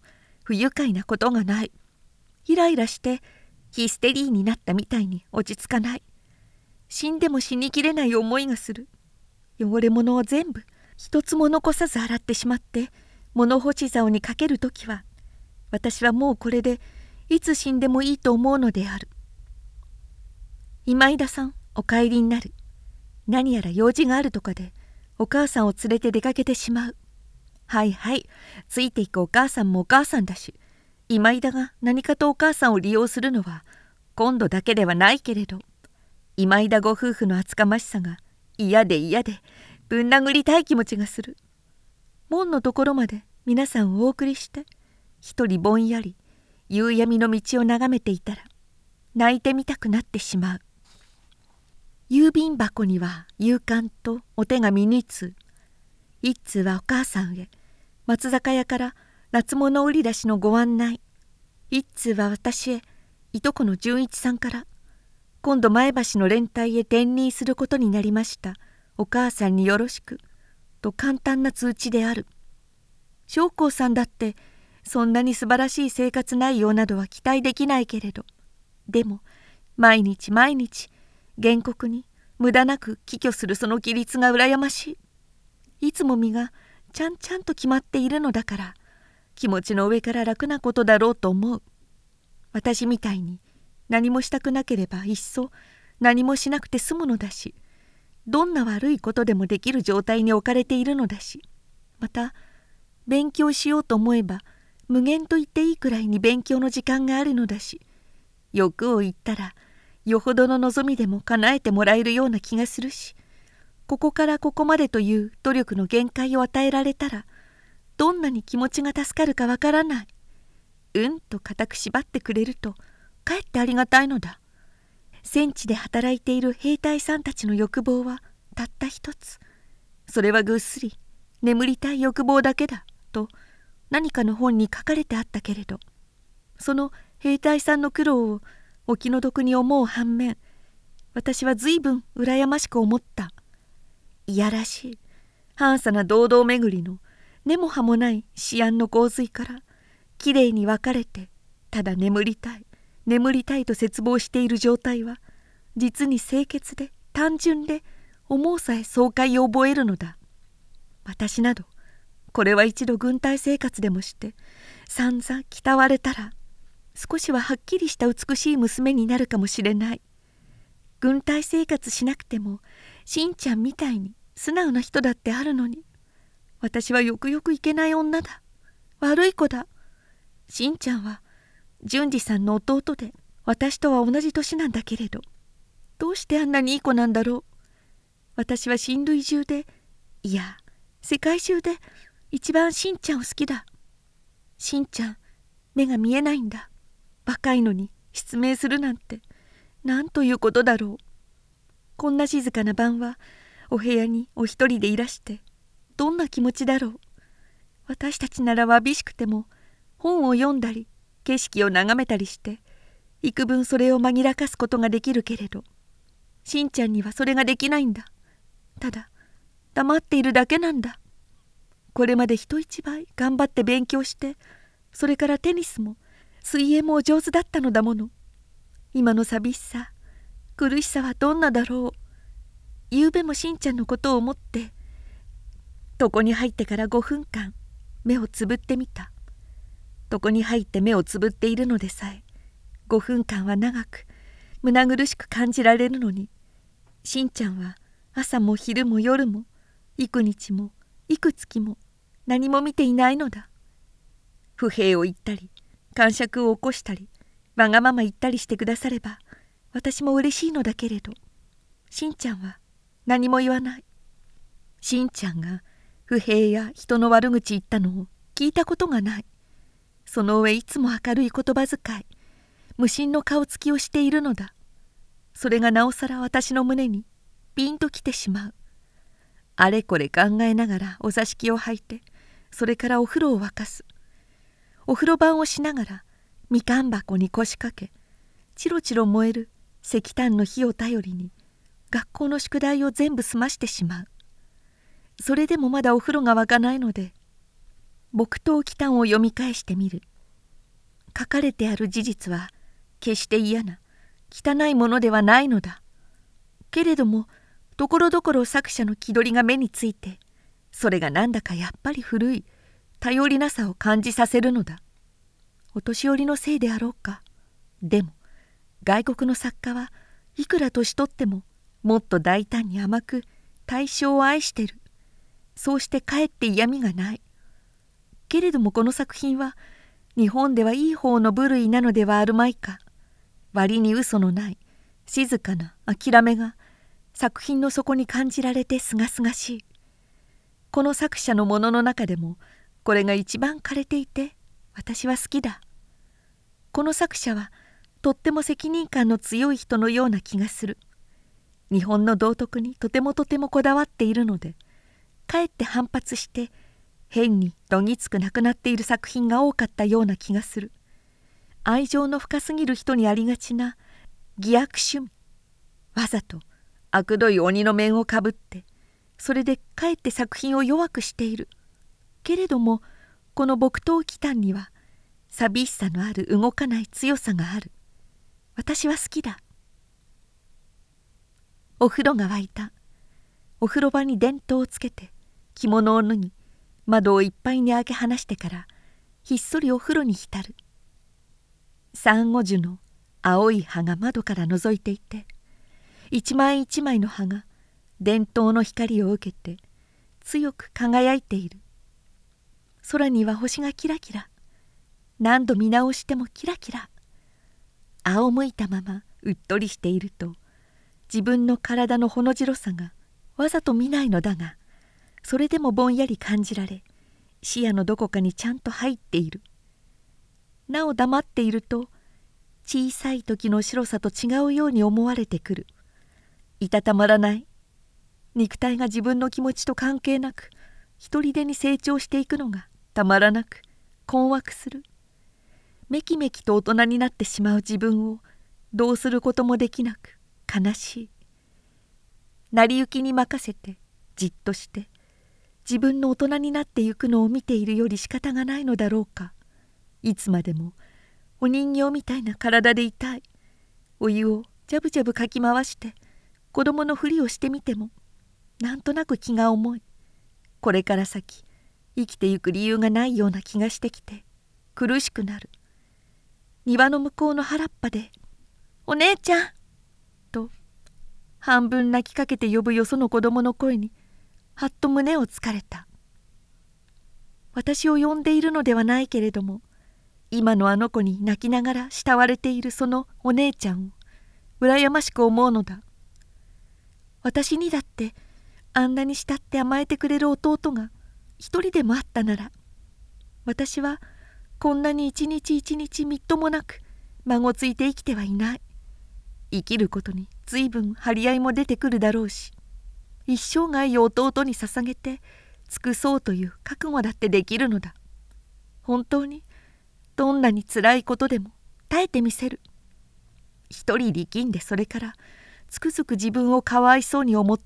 不愉快なことがない。イライラしてヒステリーになったみたいに落ち着かない。死んでも死にきれない思いがする。汚れ物を全部一つも残さず洗ってしまって物干し竿にかけるときは、私はもうこれでいつ死んでもいいと思うのである。今井田さん、お帰りになる。何やら用事があるとかでお母さんを連れて出かけてしまう。はいはい、ついていくお母さんもお母さんだし、今井田が何かとお母さんを利用するのは今度だけではないけれど、今井田ご夫婦の厚かましさが嫌で嫌でぶん殴りたい気持ちがする。門のところまで皆さんをお送りして、一人ぼんやり夕闇の道を眺めていたら泣いてみたくなってしまう。郵便箱には夕刊とお手紙2通。1通はお母さんへ、松坂屋から夏物売り出しのご案内。1通は私へ、いとこの純一さんから、今度前橋の連隊へ転任することになりました。お母さんによろしく。と簡単な通知である。将校さんだってそんなに素晴らしい生活内容などは期待できないけれど、でも毎日毎日原告に無駄なく帰居するその規律が羨ましい。いつも身がちゃんと決まっているのだから、気持ちの上から楽なことだろうと思う。私みたいに何もしたくなければいっそ何もしなくて済むのだし、どんな悪いことでもできる状態に置かれているのだし、また勉強しようと思えば無限と言っていいくらいに勉強の時間があるのだし、欲を言ったらよほどの望みでも叶えてもらえるような気がするし、ここからここまでという努力の限界を与えられたらどんなに気持ちが助かるかわからない。うんと固く縛ってくれるとかえってありがたいのだ。戦地で働いている兵隊さんたちの欲望はたった一つ。それはぐっすり眠りたい欲望だけだと何かの本に書かれてあったけれど、その兵隊さんの苦労をお気の毒に思う反面、私は随分羨ましく思った。いやらしい半さな堂々巡りの根も葉もない思案の洪水から、きれいに分かれてただ眠りたい眠りたいと絶望している状態は、実に清潔で単純で思うさえ爽快を覚えるのだ。私などこれは一度軍隊生活でもして散々鍛われたら、少しははっきりした美しい娘になるかもしれない。軍隊生活しなくてもしんちゃんみたいに素直な人だってあるのに、私はよくよくいけない女だ。悪い子だ。しんちゃんは淳二さんの弟で私とは同じ年なんだけれど、どうしてあんなにいい子なんだろう。私は親類中で、いや世界中で一番しんちゃんを好きだ。しんちゃん目が見えないんだ。若いのに失明するなんてなんということだろう。こんな静かな晩はお部屋にお一人でいらしてどんな気持ちだろう。私たちならわびしくても本を読んだり景色を眺めたりして幾分それを紛らかすことができるけれど、しんちゃんにはそれができないんだ。ただ黙っているだけなんだ。これまで人一倍頑張って勉強して、それからテニスも水泳もお上手だったのだもの。今の寂しさ苦しさはどんなだろう。ゆうべもしんちゃんのことを思って床に入ってから5分間目をつぶってみた。床に入って目をつぶっているのでさえ5分間は長く胸苦しく感じられるのに、しんちゃんは朝も昼も夜も幾日も幾月も何も見ていないのだ。不平を言ったり癇癪を起こしたりわがまま言ったりしてくだされば私も嬉しいのだけれど、しんちゃんは何も言わない。しんちゃんが不平や人の悪口言ったのを聞いたことがない。その上いつも明るい言葉遣い、無心の顔つきをしているのだ。それがなおさら私の胸にピンときてしまう。あれこれ考えながらお座敷を履いて、それからお風呂を沸かす。お風呂番をしながらみかん箱に腰掛け、チロチロ燃える石炭の火を頼りに学校の宿題を全部済ましてしまう。それでもまだお風呂が沸かないので木刀奇譚を読み返してみる。 書かれてある事実は決して嫌な汚いものではないのだ。けれどもところどころ作者の気取りが目について、それがなんだかやっぱり古い頼りなさを感じさせるのだ。お年寄りのせいであろうか。でも外国の作家はいくら年取ってももっと大胆に甘く大正を愛してる。そうしてかえって嫌味がない。けれどもこの作品は日本ではいい方の部類なのではあるまいか。割に嘘のない静かな諦めが作品の底に感じられてすがすがしい。この作者のものの中でもこれが一番枯れていて私は好きだ。この作者はとっても責任感の強い人のような気がする。日本の道徳にとてもこだわっているので、かえって反発して変にどぎつくなくなっている作品が多かったような気がする。愛情の深すぎる人にありがちな偽悪趣味。わざと悪どい鬼の面をかぶってそれでかえって作品を弱くしている。けれどもこの木刀奇譚には寂しさのある動かない強さがある。私は好きだ。お風呂が沸いた。お風呂場に電灯をつけて着物を脱ぎ窓をいっぱいに開け放してからひっそりお風呂に浸る。サンゴ樹の青い葉が窓から覗いていて、一枚一枚の葉が電灯の光を受けて強く輝いている。空には星がキラキラ。何度見直してもキラキラ。仰向いたままうっとりしていると自分の体のほの白さがわざと見ないのだが、それでもぼんやり感じられ視野のどこかにちゃんと入っている。なお黙っていると小さい時の白さと違うように思われてくる。いたたまらない。肉体が自分の気持ちと関係なく一人でに成長していくのがたまらなく困惑する。めきめきと大人になってしまう自分をどうすることもできなく悲しい。成り行きに任せてじっとして自分の大人になってゆくのを見ているより仕方がないのだろうか。いつまでもお人形みたいな体でいたい。お湯をジャブジャブかき回して子供のふりをしてみてもなんとなく気が重い。これから先生きてゆく理由がないような気がしてきて苦しくなる。庭の向こうの原っぱで「お姉ちゃん!」と半分泣きかけて呼ぶよその子供の声にはっと胸をつかれた。私を呼んでいるのではないけれども、今のあの子に泣きながら慕われているそのお姉ちゃんを羨ましく思うのだ。私にだってあんなに慕って甘えてくれる弟が一人でもあったなら、私はこんなに一日一日みっともなく孫ついて生きてはいない。生きることに随分張り合いも出てくるだろうし、一生涯を弟に捧げて尽くそうという覚悟だってできるのだ。本当にどんなにつらいことでも耐えてみせる。一人力んでそれからつくづく自分をかわいそうに思った。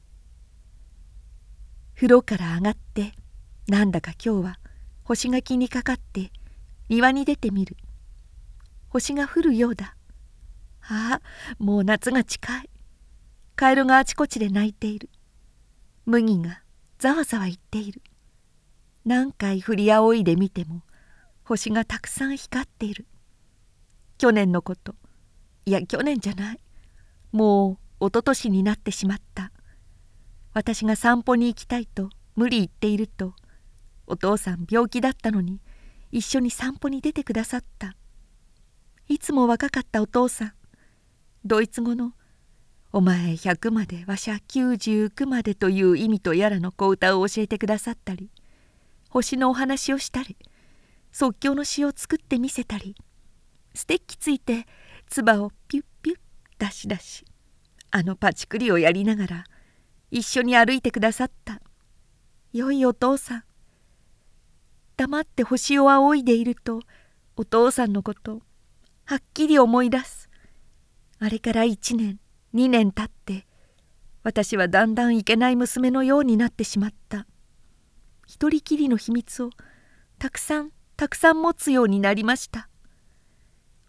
風呂から上がってなんだか今日は星が気にかかって庭に出てみる。星が降るようだ。ああ、もう夏が近い。カエルがあちこちで鳴いている。麦がざわざわ言っている。何回振り仰いでみても星がたくさん光っている。去年のこと、いや去年じゃない、もう一昨年になってしまった。私が散歩に行きたいと無理言っていると、お父さん病気だったのに一緒に散歩に出てくださった。いつも若かったお父さん、ドイツ語の「お前100までわしゃ99まで」という意味とやらの小歌を教えてくださったり、星のお話をしたり、即興の詩を作ってみせたり、ステッキついて唾をピュッピュッ出し出し、あのパチクリをやりながら一緒に歩いてくださった。よいお父さん。黙って星を仰いでいるとお父さんのことをはっきり思い出す。あれから1年2年経って私はだんだんいけない娘のようになってしまった。一人きりの秘密をたくさん持つようになりました。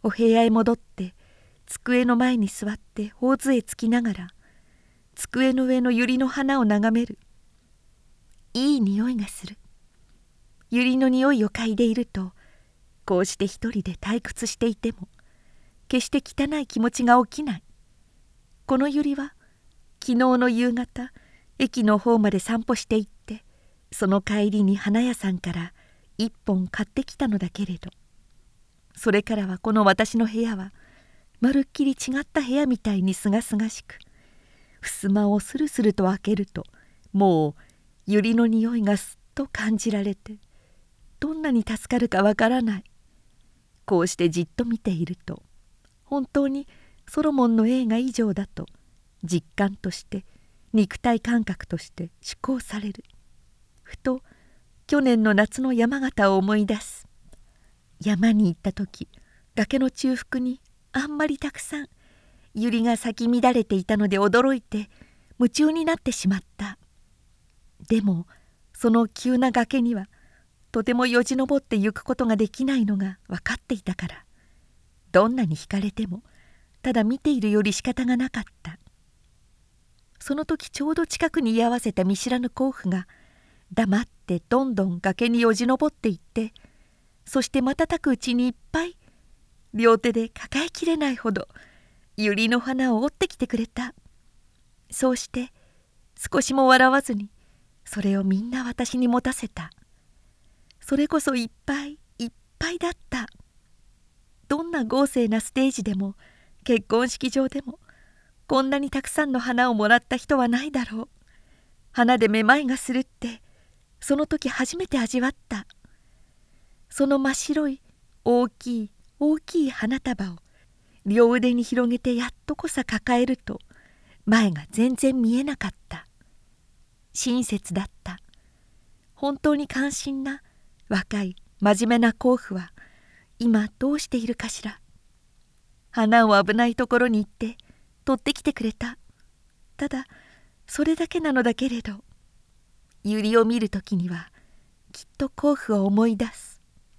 お部屋へ戻って机の前に座って頬杖つきながら机の上の百合の花を眺める。いい匂いがする。百合の匂いを嗅いでいると、こうして一人で退屈していても決して汚い気持ちが起きない。この百合は昨日の夕方駅の方まで散歩して行って、その帰りに花屋さんから一本買ってきたのだけれど、それからはこの私の部屋はまるっきり違った部屋みたいにすがすがしく、襖をスルスルと開けるともう百合の匂いがすっと感じられて、どんなに助かるかわからない。こうしてじっと見ていると、本当にソロモンの映画以上だと実感として肉体感覚として思考される。ふと去年の夏の山形を思い出す。山に行った時、崖の中腹にあんまりたくさん百合が咲き乱れていたので驚いて夢中になってしまった。でもその急な崖にはとてもよじ登って行くことができないのが分かっていたから、どんなに惹かれてもただ見ているより仕方がなかった。その時ちょうど近くに居合わせた見知らぬ甲府が黙ってどんどん崖によじ登っていって、そして瞬くうちにいっぱい両手で抱えきれないほど百合の花を折ってきてくれた。そうして少しも笑わずにそれをみんな私に持たせた。それこそいっぱいいっぱいだった。どんな豪勢なステージでも結婚式場でもこんなにたくさんの花をもらった人はないだろう。花でめまいがするってその時初めて味わった。その真っ白い大きい大きい花束を両腕に広げてやっとこさ抱えると、前が全然見えなかった。親切だった。本当に感心な若い真面目な甲府は今どうしているかしら。花を危ないところに行って取ってきてくれた。ただそれだけなのだけれど、百合を見るときにはきっと甲府を思い出す。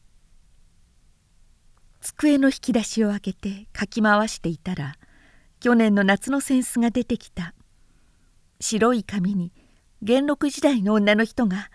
机の引き出しを開けてかき回していたら、去年の夏の扇子が出てきた。白い紙に元禄時代の女の人が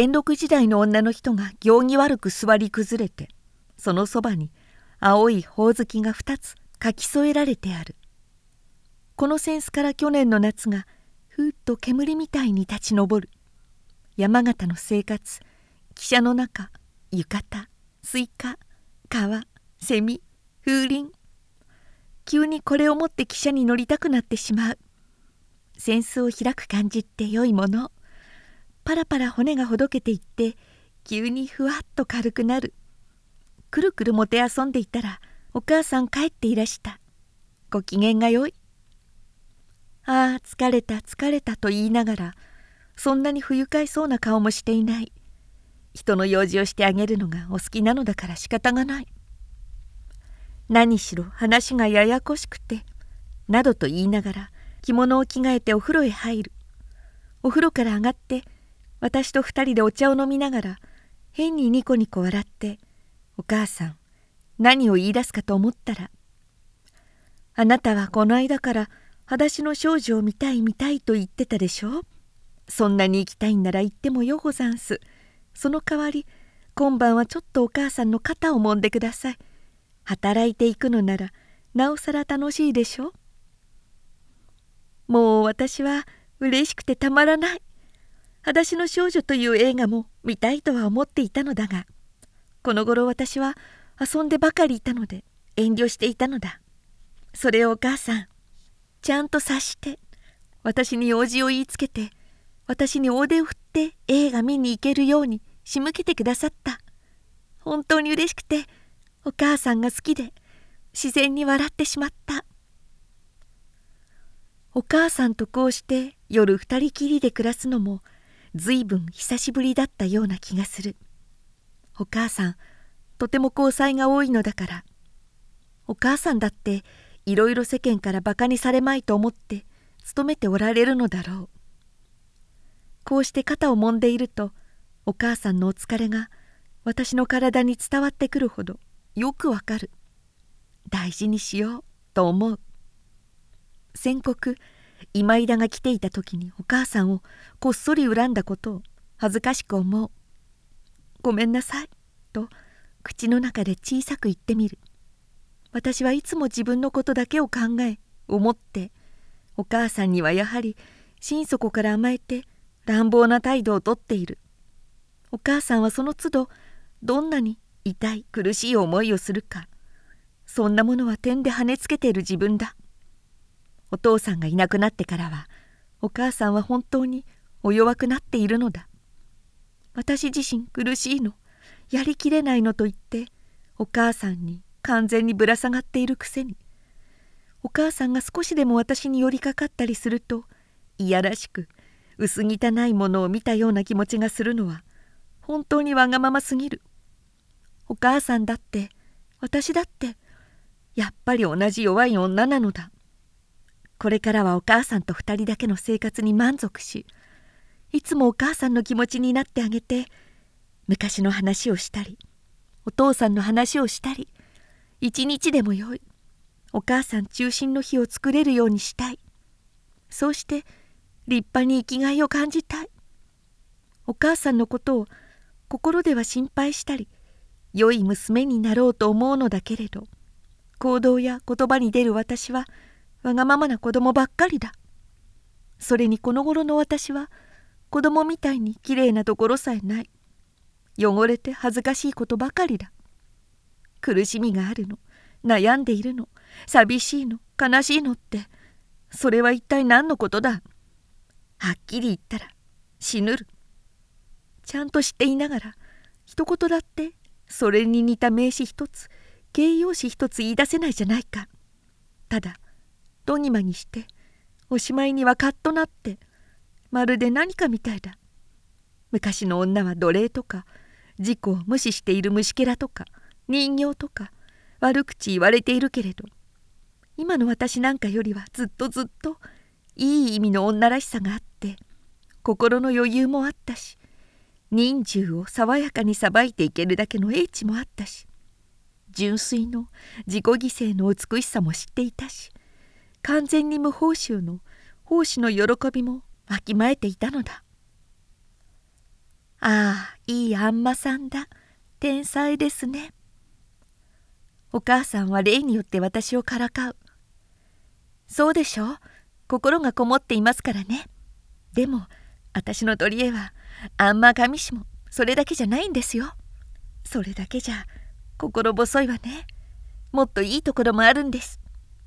行儀悪く座り崩れて、そのそばに青いほおずきが2つ書き添えられてある。この扇子から去年の夏がふーっと煙みたいに立ち上る。山形の生活、汽車の中、浴衣、スイカ、革、セミ、風鈴。急にこれを持って汽車に乗りたくなってしまう。扇子を開く感じって良いもの。パラパラ骨がほどけていって急にふわっと軽くなる。くるくるもてあそんでいたらお母さん帰っていらした。ご機嫌がよい。ああ疲れた疲れたと言いながら、そんなに不愉快そうな顔もしていない。人の用事をしてあげるのがお好きなのだから仕方がない。何しろ話がややこしくてなどと言いながら着物を着替えてお風呂へ入る。お風呂から上がって私と2人でお茶を飲みながら変にニコニコ笑って、お母さん何を言い出すかと思ったら、あなたはこの間から裸足の少女を見たい見たいと言ってたでしょ。そんなに行きたいんなら行ってもよござんす。その代わり今晩はちょっとお母さんの肩を揉んでください。働いていくのならなおさら楽しいでしょ。もう私は嬉しくてたまらない。裸足の少女という映画も見たいとは思っていたのだが、この頃私は遊んでばかりいたので遠慮していたのだ。それをお母さんちゃんと察して私に用事を言いつけて、私に大手を振って映画見に行けるように仕向けてくださった。本当に嬉しくてお母さんが好きで自然に笑ってしまった。お母さんとこうして夜2人きりで暮らすのもずいぶん久しぶりだったような気がする。お母さんとても交際が多いのだから、お母さんだっていろいろ世間からバカにされまいと思って勤めておられるのだろう。こうして肩を揉んでいると、お母さんのお疲れが私の体に伝わってくるほどよくわかる。 大事にしようと思う。先刻今井田が来ていた時にお母さんをこっそり恨んだことを恥ずかしく思う。ごめんなさいと口の中で小さく言ってみる。私はいつも自分のことだけを考え思って、お母さんにはやはり心底から甘えて乱暴な態度をとっている。お母さんはその都度どんなに痛い苦しい思いをするか、そんなものは点で跳ねつけている自分だ。お父さんがいなくなってからはお母さんは本当にお弱くなっているのだ。私自身苦しいの、やりきれないのと言ってお母さんに完全にぶら下がっているくせに、お母さんが少しでも私に寄りかかったりするといやらしく薄汚いものを見たような気持ちがするのは本当にわがまますぎる。お母さんだって私だってやっぱり同じ弱い女なのだ。これからはお母さんと2人だけの生活に満足し、いつもお母さんの気持ちになってあげて、昔の話をしたりお父さんの話をしたり、一日でもよいお母さん中心の日を作れるようにしたい。そうして立派に生きがいを感じたい。お母さんのことを心では心配したり良い娘になろうと思うのだけれど、行動や言葉に出る私はわがままな子供ばっかりだ。それにこの頃の私は子供みたいにきれいなところさえない。汚れて恥ずかしいことばかりだ。苦しみがあるの、悩んでいるの、寂しいの、悲しいのって、それは一体何のことだ。はっきり言ったら死ぬる。ちゃんと知っていながら一言だってそれに似た名詞一つ、形容詞一つ言い出せないじゃないか。ただどぎまぎしておしまいにはカッとなって、まるで何かみたいだ。昔の女は奴隷とか自己を無視している虫けらとか人形とか悪口言われているけれど、今の私なんかよりはずっとずっといい意味の女らしさがあって、心の余裕もあったし、人獣を爽やかにさばいていけるだけの英知もあったし、純粋の自己犠牲の美しさも知っていたし、完全に無報酬の奉仕の喜びもわきまえていたのだ。ああ、いいあんまさんだ。天才ですね。お母さんは例によって私をからかう。そうでしょう。心がこもっていますからね。でも私の取り柄はあんま神しもそれだけじゃないんですよ。それだけじゃ心細いわね。もっといいところもあるんです。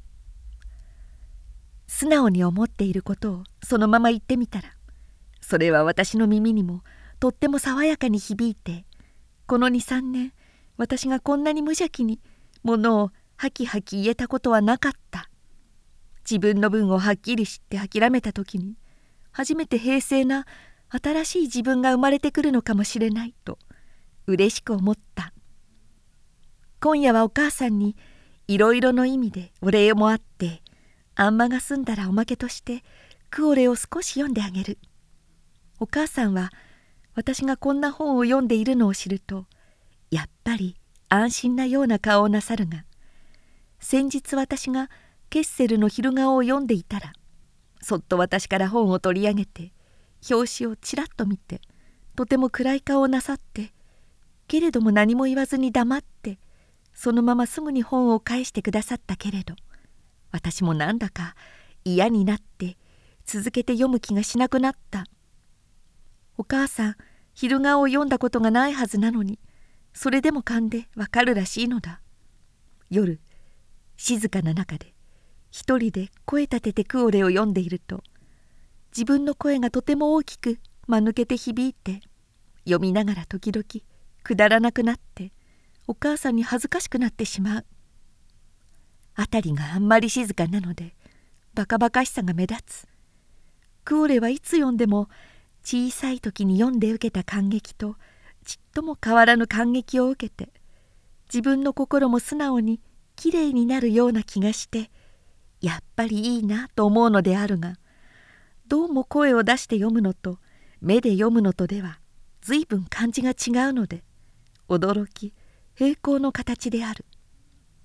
素直に思っていることをそのまま言ってみたら、それは私の耳にもとっても爽やかに響いて、この2、3年私がこんなに無邪気にものをはきはき言えたことはなかった。自分の分をはっきり知って諦めた時に初めて平静な新しい自分が生まれてくるのかもしれないと嬉しく思った。今夜はお母さんにいろいろの意味でお礼もあって、あんまが済んだらおまけとしてクオレを少し読んであげる。お母さんは私がこんな本を読んでいるのを知るとやっぱり安心なような顔をなさるが、先日私がケッセルの昼顔を読んでいたら、そっと私から本を取り上げて表紙をちらっと見て、とても暗い顔をなさって、けれども何も言わずに黙ってそのまますぐに本を返してくださったけれど、私もなんだか嫌になって続けて読む気がしなくなった。お母さん昼顔を読んだことがないはずなのに、それでも勘でわかるらしいのだ。夜静かな中で一人で声立ててクオレを読んでいると、自分の声がとても大きく間抜けて響いて、読みながら時々くだらなくなってお母さんに恥ずかしくなってしまう。辺りがあんまり静かなのでバカバカしさが目立つ。クオレはいつ読んでも小さい時に読んで受けた感激とちっとも変わらぬ感激を受けて、自分の心も素直にきれいになるような気がして、やっぱりいいなと思うのであるが、どうも声を出して読むのと目で読むのとでは随分感じが違うので、驚き平行の形である。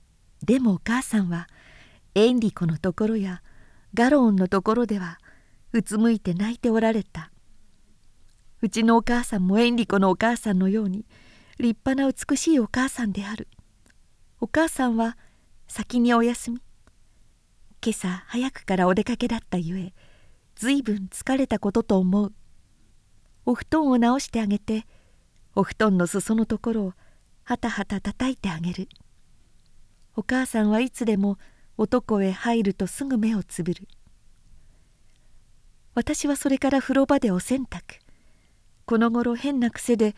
でもお母さんはエンリコのところやガロンのところではうつむいて泣いておられた。うちのお母さんもエンリコのお母さんのように立派な美しいお母さんである。お母さんは先にお休み。今朝早くからお出かけだったゆえずいぶん疲れたことと思う。お布団を直してあげてお布団の裾のところをはたはた叩いてあげる。お母さんはいつでもお床へ入るとすぐ目をつぶる。私はそれから風呂場でお洗濯。この頃変な癖で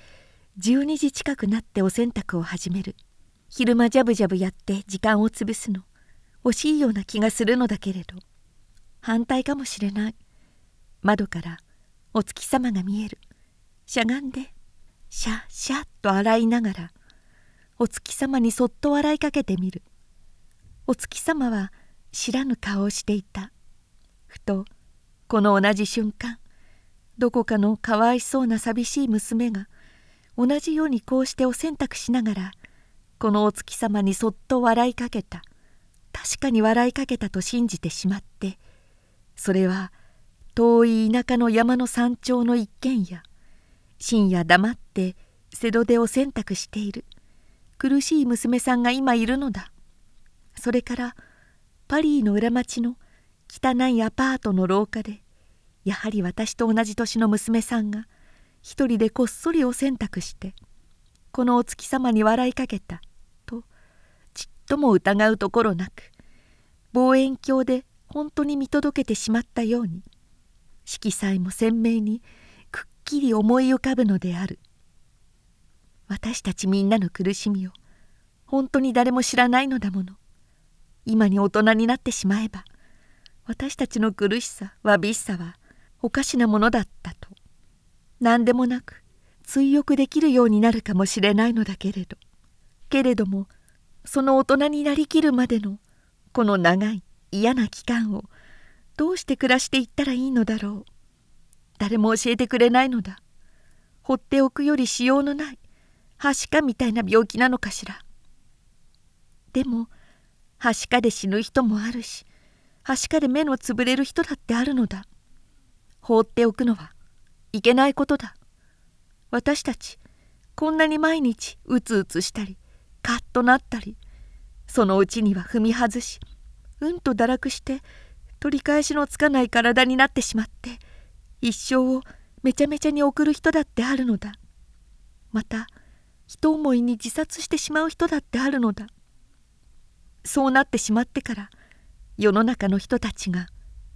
12時近くなってお洗濯を始める。昼間ジャブジャブやって時間を潰すの惜しいような気がするのだけれど、反対かもしれない。窓からお月様が見える。しゃがんでシャッシャッと洗いながらお月様にそっと笑いかけてみる。お月様は知らぬ顔をしていた。ふとこの同じ瞬間、どこかのかわいそうな寂しい娘が同じようにこうしてお洗濯しながらこのお月様にそっと笑いかけた。確かに笑いかけたと信じてしまって、それは遠い田舎の山の山頂の一軒家。深夜黙って瀬戸でお洗濯している苦しい娘さんが今いるのだ。それからパリの裏町の汚いアパートの廊下でやはり私と同じ年の娘さんが一人でこっそりお洗濯してこのお月様に笑いかけたとちっとも疑うところなく、望遠鏡で本当に見届けてしまったように色彩も鮮明にくっきり思い浮かぶのである。私たちみんなの苦しみを本当に誰も知らないのだもの。今に大人になってしまえば私たちの苦しさわびしさはおかしなものだったと何でもなく追憶できるようになるかもしれないのだけれどもその大人になりきるまでのこの長い嫌な期間をどうして暮らしていったらいいのだろう。誰も教えてくれないのだ。放っておくよりしようのないはしかみたいな病気なのかしら。でもはしかで死ぬ人もあるし、はしかで目のつぶれる人だってあるのだ。放っておくのはいけないことだ。私たちこんなに毎日うつうつしたりカッとなったり、そのうちには踏み外しうんと堕落して取り返しのつかない体になってしまって一生をめちゃめちゃに送る人だってあるのだ。また一思いに自殺してしまう人だってあるのだ。そうなってしまってから世の中の人たちが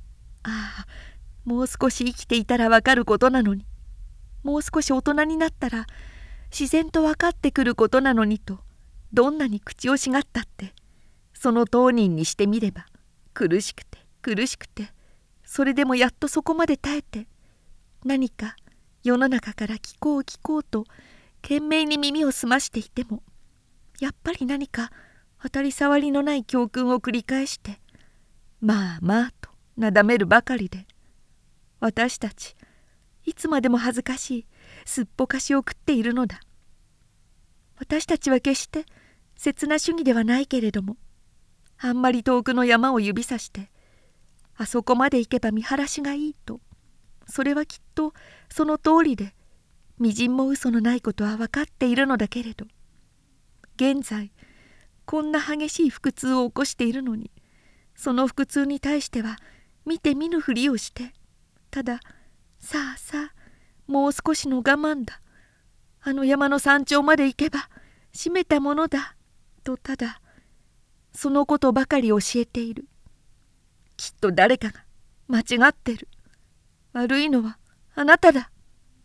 「ああもう少し生きていたらわかることなのに、もう少し大人になったら自然と分かってくることなのに」とどんなに口惜しがったってその当人にしてみれば苦しくて苦しくて、それでもやっとそこまで耐えて何か世の中から聞こう聞こうと懸命に耳を澄ましていてもやっぱり何か当たり障りのない教訓を繰り返してまあまあとなだめるばかりで、私たちいつまでも恥ずかしいすっぽかしを食っているのだ。私たちは決して刹那主義ではないけれども、あんまり遠くの山を指さしてあそこまで行けば見晴らしがいいと、それはきっとその通りでみじんも嘘のないことは分かっているのだけれど、現在こんな激しい腹痛を起こしているのに、その腹痛に対しては見て見ぬふりをして、たださあさあもう少しの我慢だ、あの山の山頂まで行けば閉めたものだとただそのことばかり教えている。きっと誰かが間違ってる。悪いのはあなただ。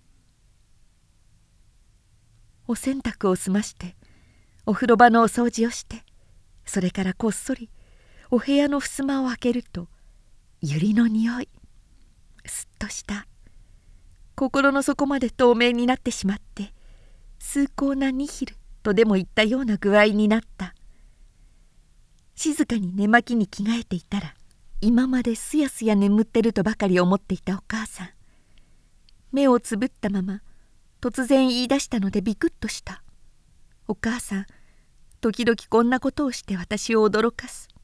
お洗濯を済ましてお風呂場のお掃除をして、それからこっそりお部屋の襖を開けると百合の匂い、すっとした心の底まで透明になってしまって、崇高なニヒルとでも言ったような具合になった。静かに寝巻きに着替えていたら、今まですやすや眠ってるとばかり思っていたお母さん、目をつぶったまま突然言い出したのでビクッとした。お母さん時々こんなことをして私を驚かす。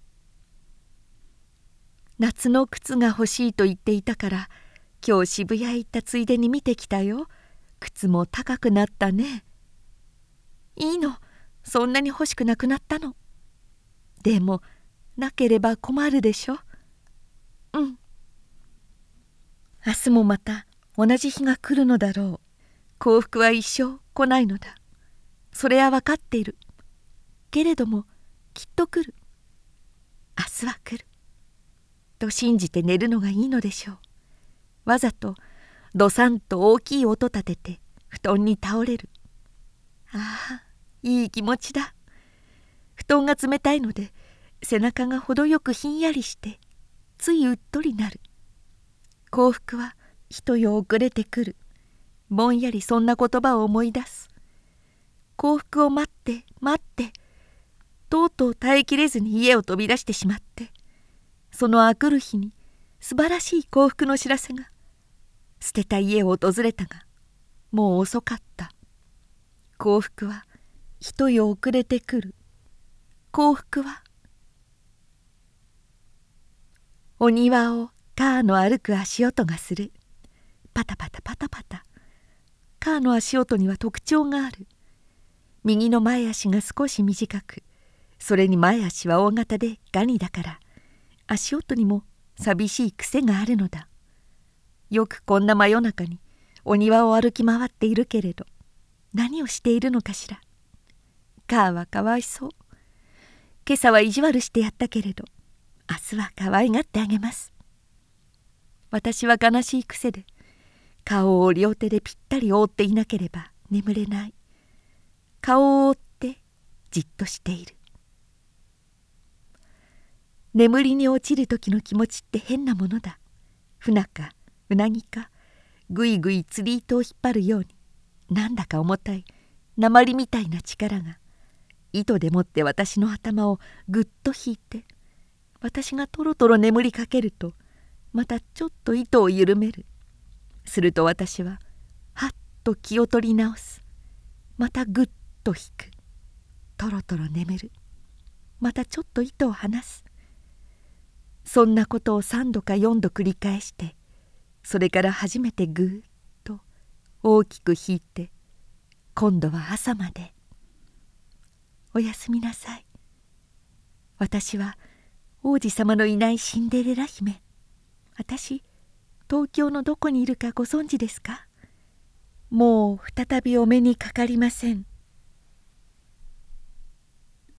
夏の靴が欲しいと言っていたから今日渋谷へ行ったついでに見てきたよ。靴も高くなったね。いいの、そんなに欲しくなくなったの。でもなければ困るでしょ。うん。明日もまた同じ日が来るのだろう。幸福は一生来ないのだ。それは分かっている。けれどもきっと来る。明日は来る。と信じて寝るのがいいのでしょう。わざとドサンと大きい音立てて布団に倒れる。ああ、いい気持ちだ。布団が冷たいので背中がほどよくひんやりしてついうっとりなる。幸福は一夜遅れてくる。ぼんやりそんな言葉を思い出す。幸福を待って待ってとうとう耐えきれずに家を飛び出してしまって、そのあくる日に素晴らしい幸福の知らせが。捨てた家を訪れたがもう遅かった。幸福は一夜遅れてくる。幸福は。お庭をカーの歩く足音がする。パタパタパタパタ。カーの足音には特徴がある。右の前足が少し短く、それに前足は大型でガニだから足音にも寂しい癖があるのだ。よくこんな真夜中にお庭を歩き回っているけれど、何をしているのかしら。カーはかわいそう。今朝は意地悪してやったけれど、明日はかわいがってあげます。私は悲しい癖で顔を両手でぴったり覆っていなければ眠れない。顔を覆ってじっとしている。眠りに落ちる時の気持ちって変なものだ。船かうなぎかぐいぐい釣り糸を引っ張るように、なんだか重たい鉛みたいな力が糸でもって私の頭をぐっと引いて、私がとろとろ眠りかけるとまたちょっと糸を緩める。すると私ははっと気を取り直す。またぐっと引く。とろとろ眠る。またちょっと糸を離す。そんなことを3度か4度繰り返して、それから初めてぐーっと大きく引いて、今度は朝まで。おやすみなさい。私は王子様のいないシンデレラ姫。私、東京のどこにいるかご存知ですか？もう再びお目にかかりません。